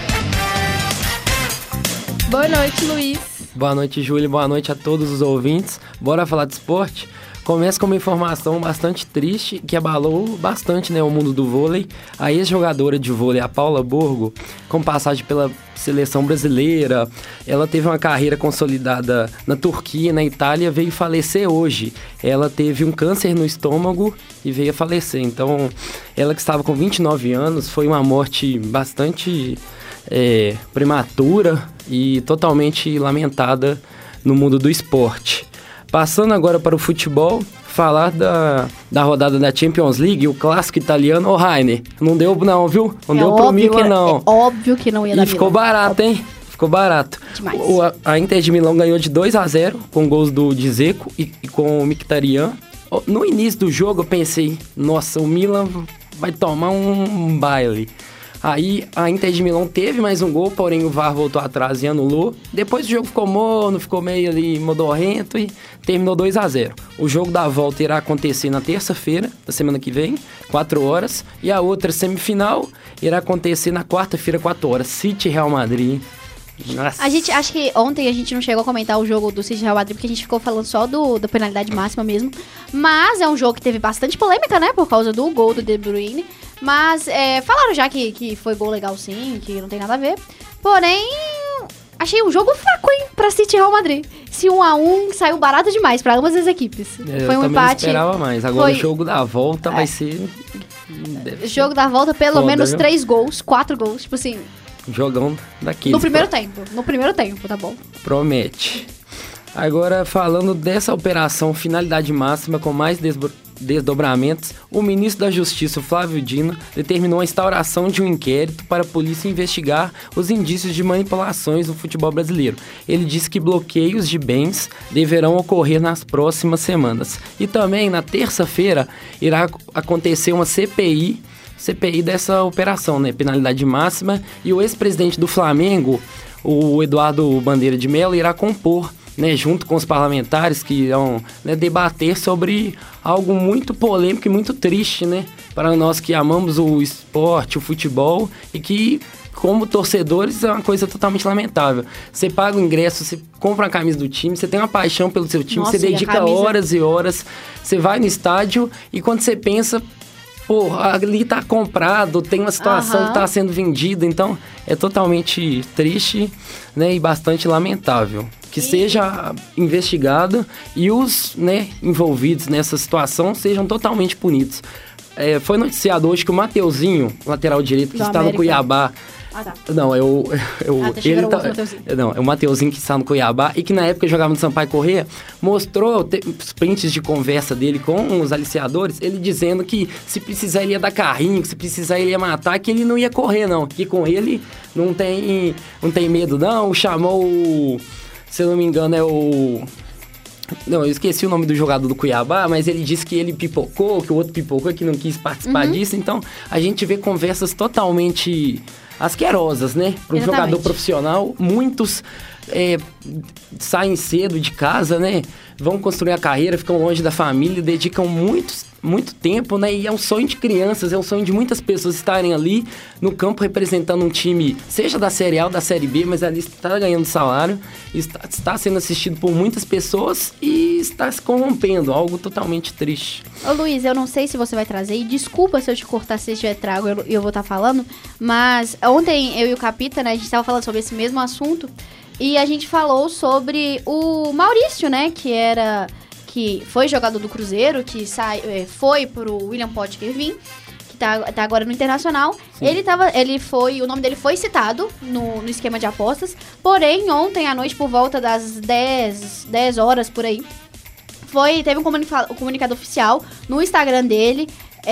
Boa noite, Luiz. Boa noite, Júlia. Boa noite a todos os ouvintes. Bora falar de esporte? Começa com uma informação bastante triste que abalou bastante, né, o mundo do vôlei. A ex-jogadora de vôlei, a Paula Borgo, com passagem pela seleção brasileira, ela teve uma carreira consolidada na Turquia e na Itália, veio falecer hoje. Ela teve um câncer no estômago e veio a falecer. Então, ela que estava com vinte e nove anos, foi uma morte bastante é, prematura e totalmente lamentada no mundo do esporte. Passando agora para o futebol, falar da, da rodada da Champions League, o clássico italiano, ô Rainer, não deu não, viu? Não É deu pro óbvio, Milan, não. É óbvio que não ia dar E ficou Milan. barato, hein? Ficou barato. Demais. O, a, a Inter de Milão ganhou de dois a zero, com gols do Dzeko e, e com o Mkhitaryan. O- No início do jogo eu pensei, nossa, o Milan vai tomar um baile. Aí a Inter de Milão teve mais um gol, porém o V A R voltou atrás e anulou. Depois o jogo ficou morno, ficou meio ali modorrento e terminou dois a zero. O jogo da volta irá acontecer na terça-feira, da semana que vem, quatro horas. E a outra semifinal irá acontecer na quarta-feira, quatro horas. City e Real Madrid. Nossa. A gente, acho que ontem a gente não chegou a comentar o jogo do City Real Madrid, porque a gente ficou falando só do, da penalidade máxima mesmo. Mas é um jogo que teve bastante polêmica, né? Por causa do gol do De Bruyne. Mas é, falaram já que, que foi gol legal sim, que não tem nada a ver. Porém, achei um jogo fraco, hein? Pra City Real Madrid. Se um a um saiu barato demais pra ambas as equipes. É, foi eu um também empate. esperava mais. Agora Foi- o jogo da volta É. vai ser... deve ser Jogo da volta, pelo Foda, menos viu? três gols, quatro gols. Tipo assim, um jogão daquele. no primeiro tempo. No primeiro tempo, tá bom? Promete. Agora, falando dessa operação finalidade máxima com mais desbro- desdobramentos, o ministro da Justiça, Flávio Dino, determinou a instauração de um inquérito para a polícia investigar os indícios de manipulações no futebol brasileiro. Ele disse que bloqueios de bens deverão ocorrer nas próximas semanas. E também, na terça-feira, irá ac- acontecer uma C P I, C P I dessa operação, né? Penalidade máxima, e o ex-presidente do Flamengo, o Eduardo Bandeira de Mello, irá compor, né, junto com os parlamentares que irão, né, debater sobre algo muito polêmico e muito triste, né, para nós que amamos o esporte, o futebol, e que, como torcedores, é uma coisa totalmente lamentável. Você paga o ingresso, você compra a camisa do time, você tem uma paixão pelo seu time, Nossa, você e a dedica camisa- horas e horas, você vai no estádio e quando você pensa... Pô, ali tá comprado, tem uma situação Aham. que tá sendo vendida, então é totalmente triste, né, e bastante lamentável. Que seja investigado e os, né, envolvidos nessa situação sejam totalmente punidos. É, foi noticiado hoje que o Mateuzinho, lateral direito, que Do está América. no Cuiabá, Ah, tá. Não, eu... eu Ah, ele tá, tá, não, é o Mateuzinho que está no Cuiabá e que na época jogava no Sampaio Corrêa, mostrou te, os prints de conversa dele com os aliciadores, ele dizendo que se precisar ele ia dar carrinho, que se precisar ele ia matar, que ele não ia correr não, que com ele não tem, não tem medo não, chamou o... Se eu não me engano é o... Não, eu esqueci o nome do jogador do Cuiabá, mas ele disse que ele pipocou, que o outro pipocou, que não quis participar uhum. disso. Então, a gente vê conversas totalmente asquerosas, né? Para um jogador profissional, muitos é, saem cedo de casa, né? Vão construir a carreira, ficam longe da família, dedicam muitos, muito tempo, né? E é um sonho de crianças, é um sonho de muitas pessoas estarem ali no campo representando um time, seja da Série A ou da Série B, mas ali está ganhando salário, está, está sendo assistido por muitas pessoas e está se corrompendo, algo totalmente triste. Ô Luiz, eu não sei se você vai trazer, e desculpa se eu te cortar, se eu trago, eu, eu vou estar falando, mas ontem eu e o Capita, né, a gente estava falando sobre esse mesmo assunto, e a gente falou sobre o Maurício, né, que era... que foi jogador do Cruzeiro, que sai, foi pro William Potker vir, que tá, tá agora no Internacional. Ele, tava, ele foi, o nome dele foi citado no, no esquema de apostas, porém, ontem à noite, por volta das dez, dez horas, por aí, foi, teve um comunicado, um comunicado oficial no Instagram dele,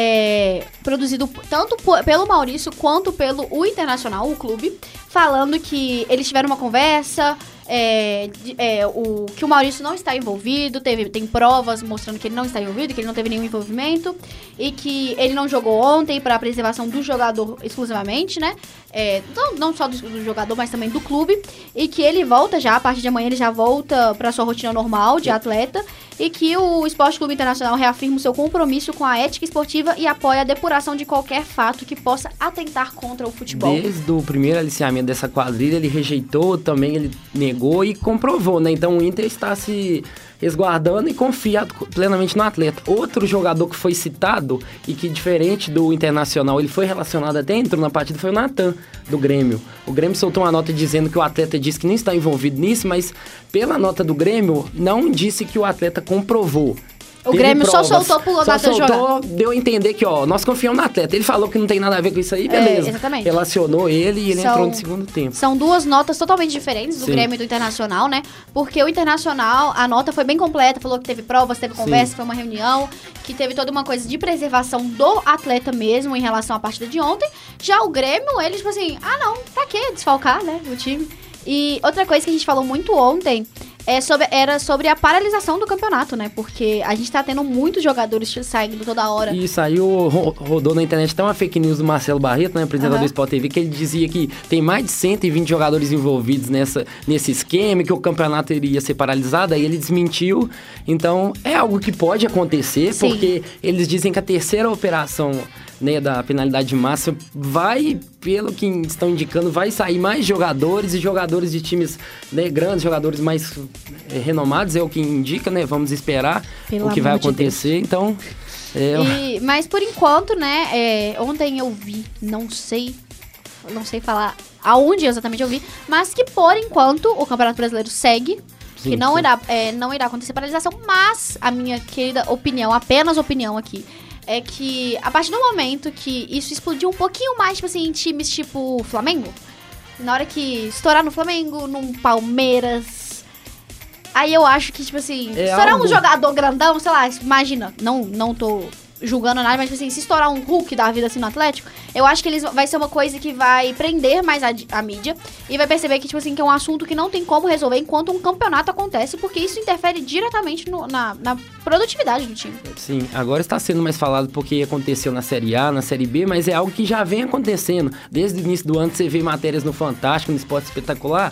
é, produzido tanto por, pelo Maurício quanto pelo o Internacional, o clube, falando que eles tiveram uma conversa... É, é, o, que o Maurício não está envolvido, teve, tem provas mostrando que ele não está envolvido, que ele não teve nenhum envolvimento e que ele não jogou ontem para a preservação do jogador exclusivamente, né? É, não, não só do, do jogador, mas também do clube, e que ele volta já, a partir de amanhã ele já volta para sua rotina normal de atleta, e que o Esporte Clube Internacional reafirma o seu compromisso com a ética esportiva e apoia a depuração de qualquer fato que possa atentar contra o futebol. Desde o primeiro aliciamento dessa quadrilha, ele rejeitou, também ele negou e comprovou, né? Então o Inter está se resguardando e confiado plenamente no atleta. Outro jogador que foi citado e que, diferente do Internacional, ele foi relacionado até entrou na partida, foi o Natan, do Grêmio. O Grêmio soltou uma nota dizendo que o atleta disse que nem está envolvido nisso, mas pela nota do Grêmio, não disse que o atleta comprovou. O Teve Grêmio provas, só soltou pro Natan jogar. Só soltou, deu a entender que, ó, nós confiamos no atleta. Ele falou que não tem nada a ver com isso aí, beleza. É, exatamente. Relacionou ele e ele São, entrou no segundo tempo. São duas notas totalmente diferentes do Sim. Grêmio e do Internacional, né? Porque o Internacional, a nota foi bem completa, falou que teve provas, teve conversa, Sim. foi uma reunião, que teve toda uma coisa de preservação do atleta mesmo em relação à partida de ontem. Já o Grêmio, ele, tipo assim, ah não, pra quê desfalcar, né, o time? E outra coisa que a gente falou muito ontem... É sobre, era sobre a paralisação do campeonato, né? Porque a gente tá tendo muitos jogadores saindo toda hora. E saiu, rodou na internet até uma fake news do Marcelo Barreto, né? Apresentador uhum. do Sport T V, que ele dizia que tem mais de cento e vinte jogadores envolvidos nessa, nesse esquema, que o campeonato iria ser paralisado, aí ele desmentiu. Então, é algo que pode acontecer, Sim. porque eles dizem que a terceira operação... né, da penalidade máxima, vai, pelo que estão indicando, vai sair mais jogadores e jogadores de times, né, grandes, jogadores mais é, renomados, é o que indica, né? Vamos esperar Pelo o que vai acontecer, de então... É... E, mas por enquanto, né, é, ontem eu vi, não sei, não sei falar aonde exatamente eu vi, mas que por enquanto o Campeonato Brasileiro segue, sim, que não, sim. Irá, é, não irá acontecer paralisação, mas a minha querida opinião, apenas opinião aqui, é que a partir do momento que isso explodiu um pouquinho mais, tipo assim, em times tipo Flamengo, na hora que estourar no Flamengo, num Palmeiras, aí eu acho que, tipo assim, é estourar algo... um jogador grandão, sei lá, imagina, não, não tô julgando nada, mas, tipo assim, se estourar um Hulk da vida assim no Atlético, eu acho que eles vai ser uma coisa que vai prender mais a, a mídia e vai perceber que, tipo assim, que é um assunto que não tem como resolver enquanto um campeonato acontece, porque isso interfere diretamente no, na, na produtividade do time. Sim, agora está sendo mais falado porque aconteceu na Série A, na Série B, mas é algo que já vem acontecendo. Desde o início do ano você vê matérias no Fantástico, no Esporte Espetacular,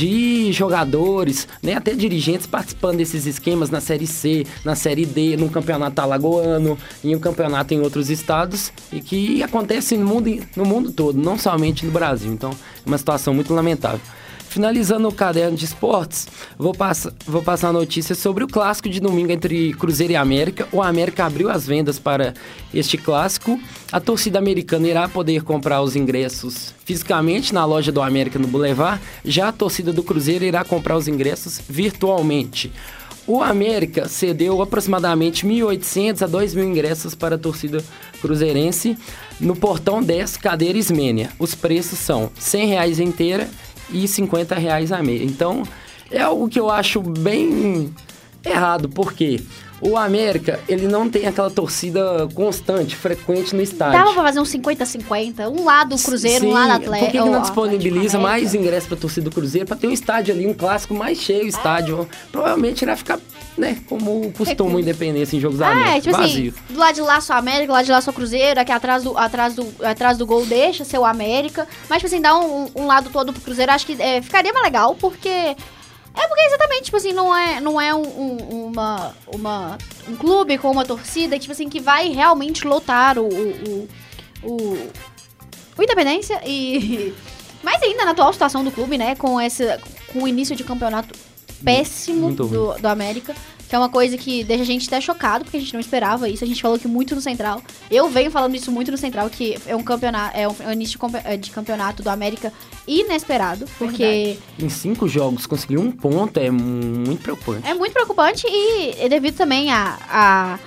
de jogadores, né, até dirigentes participando desses esquemas na Série C, na Série D, no campeonato alagoano, em um campeonato em outros estados, e que acontece no mundo, no mundo todo, não somente no Brasil. Então, é uma situação muito lamentável. Finalizando o caderno de esportes, vou, pass- vou passar a notícia sobre o clássico de domingo entre Cruzeiro e América. O América abriu as vendas para este clássico. A torcida americana irá poder comprar os ingressos fisicamente na loja do América no Boulevard. Já a torcida do Cruzeiro irá comprar os ingressos virtualmente. O América cedeu aproximadamente mil e oitocentos a dois mil ingressos para a torcida cruzeirense no portão dez, cadeira Ismênia. Os preços são cem reais inteira e cinquenta reais a meia. Então, é algo que eu acho bem errado, porque o América, ele não tem aquela torcida constante, frequente no estádio. Dava pra fazer um cinquenta a cinquenta, um lado Cruzeiro, Sim, um lado Atlético. Por que, que não disponibiliza Atlético, mais ingressos pra torcida do Cruzeiro, pra ter um estádio ali, um clássico mais cheio, o estádio? Provavelmente irá ficar, né, como costuma o Independência em jogos da América, É, tipo vazio. assim, do lado de lá só América, do lado de lá só Cruzeiro, aqui atrás do, atrás do, atrás do gol deixa ser o América. Mas, tipo assim, dá um, um lado todo pro Cruzeiro, acho que é, ficaria mais legal, porque... É porque exatamente, tipo assim, não é, não é um, um, uma, uma, um clube com uma torcida, tipo assim, que vai realmente lotar o, o, o, o Independência e... Mas ainda na atual situação do clube, né, com, esse, com o início de campeonato péssimo do, do América, que é uma coisa que deixa a gente até chocado, porque a gente não esperava isso. A gente falou que muito no Central. Eu venho falando isso muito no Central, que é um campeonato, é um, é um início de, de campeonato do América inesperado, porque... Verdade. Em cinco jogos conseguir um ponto é muito preocupante. É muito preocupante e é devido também a, a,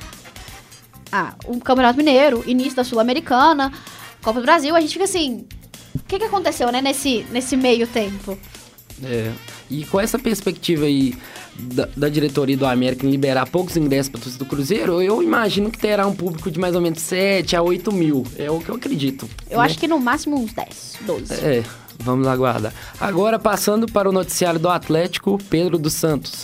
a o Campeonato Mineiro, início da Sul-Americana, Copa do Brasil. A gente fica assim, o que, que aconteceu, né, nesse, nesse meio tempo? É, e com essa perspectiva aí da, da diretoria do América em liberar poucos ingressos para a torcida do Cruzeiro, eu imagino que terá um público de mais ou menos sete a oito mil. É o que eu acredito. Eu né? acho que no máximo uns dez, doze. É, vamos aguardar. Agora, passando para o noticiário do Atlético, Pedro dos Santos.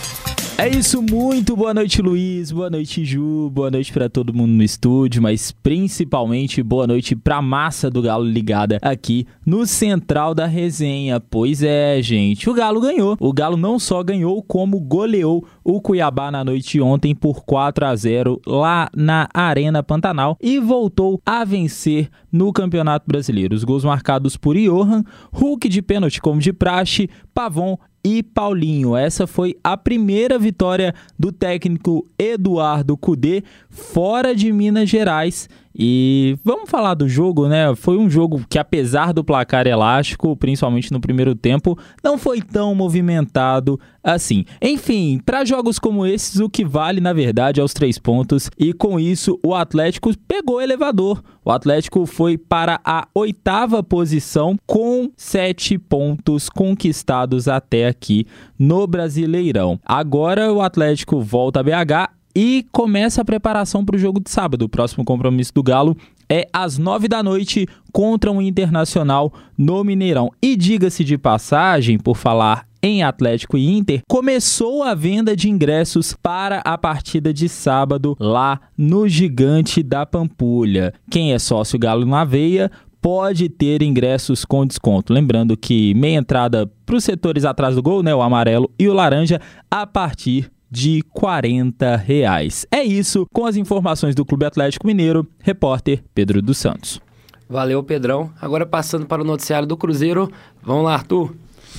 É isso, muito boa noite, Luiz, boa noite, Ju, boa noite pra todo mundo no estúdio, mas principalmente boa noite pra massa do Galo ligada aqui no Central da Resenha. Pois é, gente, o Galo ganhou. O Galo não só ganhou, como goleou o Cuiabá na noite de ontem por quatro a zero lá na Arena Pantanal e voltou a vencer no Campeonato Brasileiro. Os gols marcados por Johan, Hulk de pênalti como de praxe, Pavon e Paulinho. Essa foi a primeira vitória do técnico Eduardo Cudê fora de Minas Gerais. E vamos falar do jogo, né? Foi um jogo que, apesar do placar elástico, principalmente no primeiro tempo, não foi tão movimentado assim. Enfim, para jogos como esses, o que vale, na verdade, é os três pontos. E com isso, o Atlético pegou o elevador. O Atlético foi para a oitava posição com sete pontos conquistados até aqui no Brasileirão. Agora o Atlético volta a B H e começa a preparação para o jogo de sábado. O próximo compromisso do Galo é às nove da noite contra o Internacional no Mineirão. E diga-se de passagem, por falar em Atlético e Inter, começou a venda de ingressos para a partida de sábado lá no Gigante da Pampulha. Quem é sócio Galo na Veia pode ter ingressos com desconto. Lembrando que meia entrada para os setores atrás do gol, né, o amarelo e o laranja, a partir de quarenta reais. É isso, com as informações do Clube Atlético Mineiro, repórter Pedro dos Santos. Valeu, Pedrão. Agora passando para o noticiário do Cruzeiro. Vamos lá, Arthur.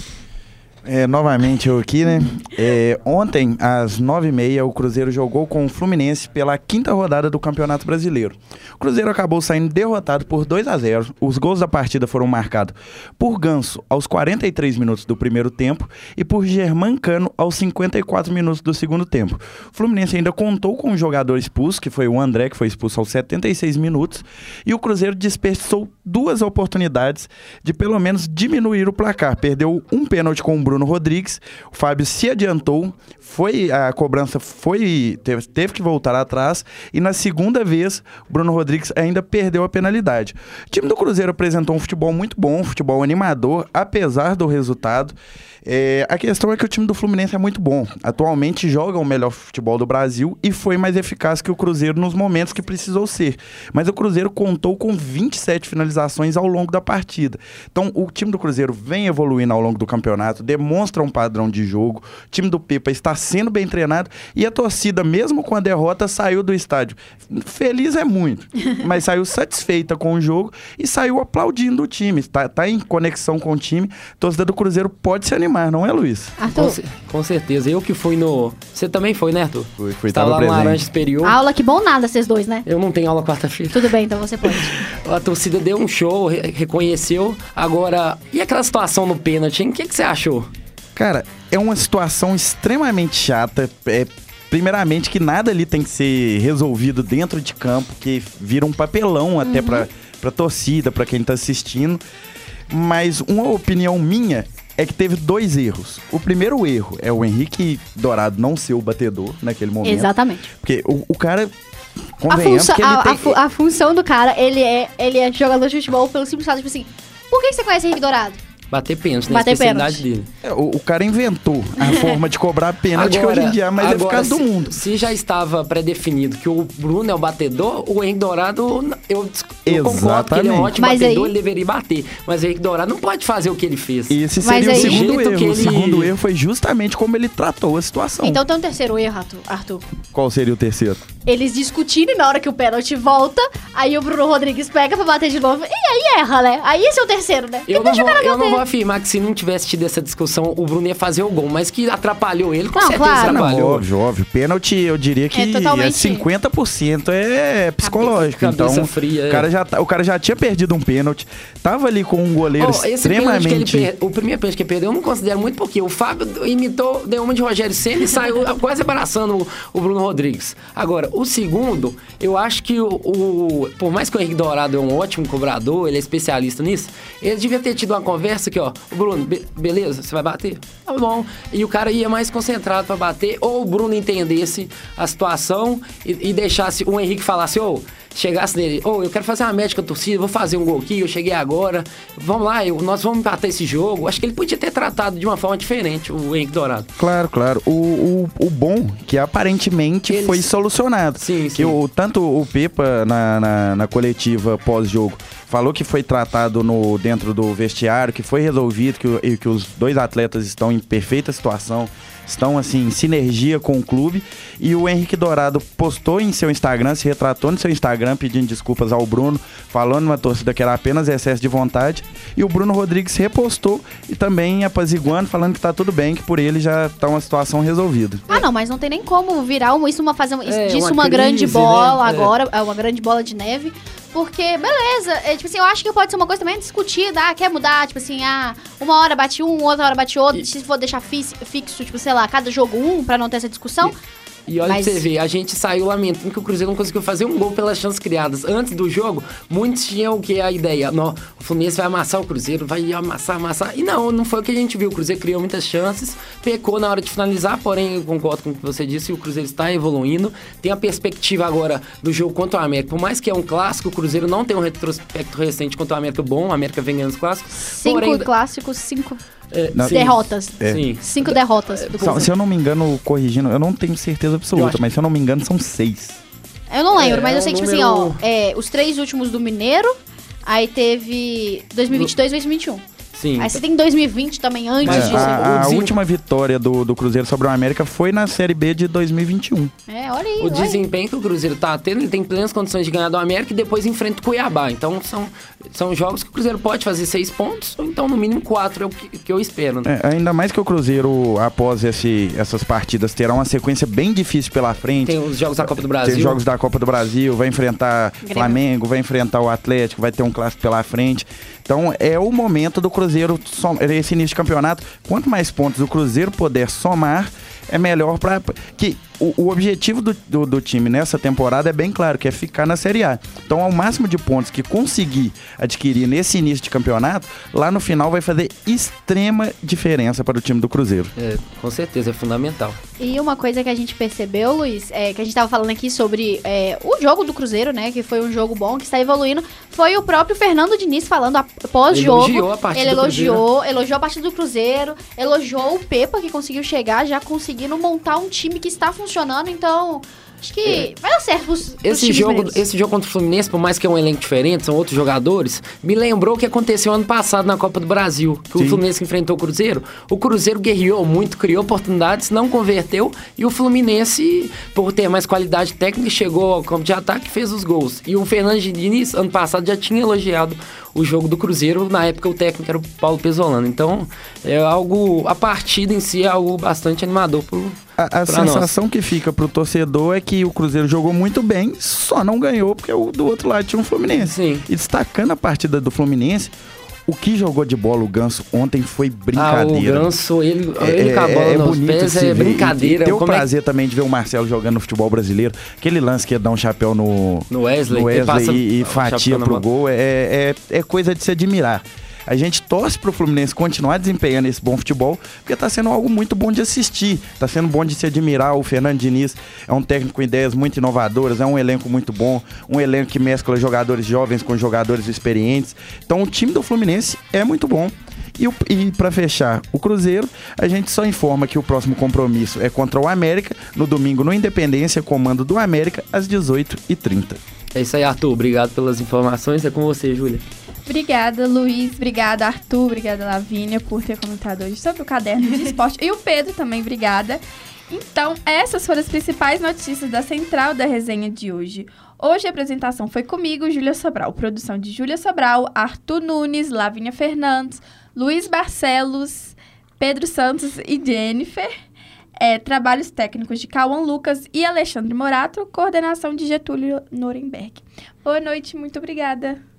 É, novamente eu aqui, né? É, ontem, às nove e meia, o Cruzeiro jogou com o Fluminense pela quinta rodada do Campeonato Brasileiro. O Cruzeiro acabou saindo derrotado por dois a zero. Os gols da partida foram marcados por Ganso aos quarenta e três minutos do primeiro tempo e por Germancano aos cinquenta e quatro minutos do segundo tempo. O Fluminense ainda contou com um jogador expulso, que foi o André, que foi expulso aos setenta e seis minutos, e o Cruzeiro desperdiçou duas oportunidades de pelo menos diminuir o placar. Perdeu um pênalti com o Bruno Rodrigues, o Fábio se adiantou, foi, a cobrança foi, teve, teve que voltar atrás, e na segunda vez o Bruno Rodrigues ainda perdeu a penalidade. O time do Cruzeiro apresentou um futebol muito bom, um futebol animador, apesar do resultado. É, a questão é que o time do Fluminense é muito bom. Atualmente joga o melhor futebol do Brasil e foi mais eficaz que o Cruzeiro nos momentos que precisou ser. Mas o Cruzeiro contou com vinte e sete finalizações ao longo da partida. Então o time do Cruzeiro vem evoluindo ao longo do campeonato, demonstra um padrão de jogo. O time do Pepa está sendo bem treinado e a torcida, mesmo com a derrota, saiu do estádio. Feliz é muito, mas saiu satisfeita com o jogo e saiu aplaudindo o time. Está tá em conexão com o time. A torcida do Cruzeiro pode se animar. Mas não é, Luiz? Com, com certeza. Eu que fui no... Você também foi, né, Arthur? Fui, fui. Estava lá no Laranja Superior. Aula que bom nada, vocês dois, né? Eu não tenho aula quarta-feira. Tudo bem, então você pode. A torcida deu um show, re- reconheceu. Agora, e aquela situação no pênalti, hein? O que, que você achou? Cara, é uma situação extremamente chata. É, primeiramente que nada ali tem que ser resolvido dentro de campo, que vira um papelão até uhum. pra, pra torcida, pra quem tá assistindo. Mas uma opinião minha é que teve dois erros. O primeiro erro é o Henrique Dourado não ser o batedor naquele momento. Exatamente. Porque o, o cara... A, função, que ele a, tem... a, fu- a função do cara, ele é, ele é jogador de futebol pelo simples fato, tipo assim, por que você conhece o Henrique Dourado? Bater pênalti, né? Bater A especialidade pênalti. dele. É, o, o cara inventou a forma de cobrar pênalti que hoje em dia é mais eficaz do mundo. Se já estava pré-definido que o Bruno é o batedor, o Henrique Dourado, eu, eu concordo que ele é um ótimo mas batedor, aí... ele deveria bater. Mas o Henrique Dourado não pode fazer o que ele fez. E esse seria mas o aí... segundo erro. Ele... O segundo erro foi justamente como ele tratou a situação. Então tem um terceiro erro, Arthur. Qual seria o terceiro? Eles discutirem na hora que o pênalti volta, aí o Bruno Rodrigues pega pra bater de novo, e aí erra, né? Aí esse é o terceiro, né? Eu, não vou, eu não vou afirmar que se não tivesse tido essa discussão, o Bruno ia fazer o gol, mas que atrapalhou ele, com não, certeza claro. atrapalhou. Não, óbvio, óbvio. Pênalti, eu diria que é totalmente... é cinquenta por cento é psicológico. Cabeça então, fria, o, cara já, o cara já tinha perdido um pênalti, tava ali com um goleiro oh, extremamente... Per... O primeiro pênalti que ele perdeu, eu não considero muito, porque o Fábio imitou, deu uma de Rogério Ceni e saiu quase embaraçando o, o Bruno Rodrigues. Agora, o segundo, eu acho que o, o... Por mais que o Henrique Dourado é um ótimo cobrador, ele é especialista nisso, ele devia ter tido uma conversa aqui, ó. O Bruno, be- beleza, você vai bater? Tá bom. E o cara ia mais concentrado pra bater, ou o Bruno entendesse a situação e, e deixasse o Henrique falasse, ô, chegasse nele, ô, eu quero fazer uma média com a torcida, vou fazer um gol aqui, eu cheguei agora, vamos lá, eu, nós vamos empatar esse jogo. Acho que ele podia ter tratado de uma forma diferente o Henrique Dourado. Claro, claro. O, o, o bom, que aparentemente Eles... foi solucionado. Sim, que sim. O, tanto o Pepa, na, na, na coletiva pós-jogo, falou que foi tratado no, dentro do vestiário, que foi resolvido, que, o, que os dois atletas estão em perfeita situação, estão assim em sinergia com o clube. E o Henrique Dourado postou em seu Instagram, se retratou no seu Instagram pedindo desculpas ao Bruno, falando numa torcida que era apenas excesso de vontade. E o Bruno Rodrigues repostou e também apaziguando, falando que tá tudo bem, que por ele já tá uma situação resolvida. Ah, não, mas não tem nem como virar uma, isso uma fazer é, disso uma, uma crise, grande bola, né? agora, é uma grande bola de neve. Porque, beleza, é, tipo assim, eu acho que pode ser uma coisa também discutida, ah, quer mudar, tipo assim, ah, uma hora bate um, outra hora bate outro, e... se for deixar fixo, fixo, tipo, sei lá, cada jogo um, pra não ter essa discussão. E... E olha Mas... pra você ver, a gente saiu lamentando que o Cruzeiro não conseguiu fazer um gol pelas chances criadas. Antes do jogo, muitos tinham o que? A ideia, não, o Fluminense vai amassar o Cruzeiro, vai amassar, amassar. E não, não foi o que a gente viu. O Cruzeiro criou muitas chances, pecou na hora de finalizar, porém, eu concordo com o que você disse, o Cruzeiro está evoluindo. Tem a perspectiva agora do jogo contra o América. Por mais que é um clássico, o Cruzeiro não tem um retrospecto recente contra o América bom, o América vem ganhando os clássicos. Cinco porém, clássicos, cinco... É, derrotas. É. Sim. Cinco derrotas do Só, se eu não me engano, corrigindo, eu não tenho certeza absoluta, acho... mas se eu não me engano, são seis. Eu não lembro, É, mas eu é sei um que, número... tipo assim, ó, é, os três últimos do Mineiro, aí teve dois mil e vinte e dois e dois mil e vinte e um. Sim. Aí você tem dois mil e vinte também antes Mas disso. A, a desem... última vitória do, do Cruzeiro sobre o América foi na Série B de dois mil e vinte e um. É, olha aí. O olha desempenho que o Cruzeiro tá tendo, ele tem plenas condições de ganhar do América e depois enfrenta o Cuiabá. Então são, são jogos que o Cruzeiro pode fazer seis pontos, ou então no mínimo quatro é o que, que eu espero. Né? É, ainda mais que o Cruzeiro, após esse, essas partidas, terá uma sequência bem difícil pela frente. Tem os jogos da Copa do Brasil. Tem jogos da Copa do Brasil, vai enfrentar Grêmio. Flamengo, vai enfrentar o Atlético, vai ter um clássico pela frente. Então é o momento do Cruzeiro, esse início de campeonato, quanto mais pontos o Cruzeiro puder somar, é melhor para que o, o objetivo do, do, do time nessa temporada é bem claro, que é ficar na Série A. Então, ao máximo de pontos que conseguir adquirir nesse início de campeonato, lá no final vai fazer extrema diferença para o time do Cruzeiro. É, com certeza, é fundamental. E uma coisa que a gente percebeu, Luiz, é que a gente tava falando aqui sobre é, o jogo do Cruzeiro, né? Que foi um jogo bom, que está evoluindo. Foi o próprio Fernando Diniz falando pós-jogo. Ele elogiou a partida Ele do elogiou, Cruzeiro. elogiou a partida do Cruzeiro, elogiou o Pepa, que conseguiu chegar, já conseguindo montar um time que está funcionando. Então, acho que é. vai dar certo pros, pros esse times jogo, mineiros. esse jogo contra o Fluminense, por mais que é um elenco diferente, são outros jogadores, me lembrou o que aconteceu ano passado na Copa do Brasil, que Sim. o Fluminense enfrentou o Cruzeiro. O Cruzeiro guerreou muito, criou oportunidades, não converteu, e o Fluminense, por ter mais qualidade técnica, chegou ao campo de ataque e fez os gols. E o Fernando Diniz, ano passado, já tinha elogiado o jogo do Cruzeiro, na época o técnico era o Paulo Pesolano. Então, é algo, a partida em si é algo bastante animador pro A, a sensação nós. que fica pro torcedor é que o Cruzeiro jogou muito bem, só não ganhou porque o do outro lado tinha um Fluminense. Sim. E destacando a partida do Fluminense, O que jogou de bola o Ganso ontem foi brincadeira. Ah, o Ganso, ele, É, ele com a bola é, é nos bonito pés, se é ver. brincadeira. E ter o Como é que- prazer também de ver o Marcelo jogando no futebol brasileiro. Aquele lance que ia dar um chapéu no, No Wesley, no ele Wesley passa e, e o fatia chapéu na pro mão. gol é, é, é coisa de se admirar. A gente torce pro Fluminense continuar desempenhando esse bom futebol, porque tá sendo algo muito bom de assistir, tá sendo bom de se admirar. O Fernando Diniz é um técnico com ideias muito inovadoras, é um elenco muito bom, um elenco que mescla jogadores jovens com jogadores experientes. Então o time do Fluminense é muito bom. E, o- e para fechar o Cruzeiro, a gente só informa que o próximo compromisso é contra o América, no domingo no Independência, comando do América, às dezoito e trinta. É isso aí, Arthur. Obrigado pelas informações. É com você, Júlia. Obrigada, Luiz. Obrigada, Arthur. Obrigada, Lavínia, por ter comentado hoje sobre o caderno de esporte. E o Pedro também, obrigada. Então, essas foram as principais notícias da Central da Resenha de hoje. Hoje a apresentação foi comigo, Júlia Sobral. Produção de Júlia Sobral, Arthur Nunes, Lavínia Fernandes, Luiz Barcelos, Pedro Santos e Jennifer. É, trabalhos técnicos de Cauã Lucas e Alexandre Morato, coordenação de Getúlio Nuremberg. Boa noite, muito obrigada.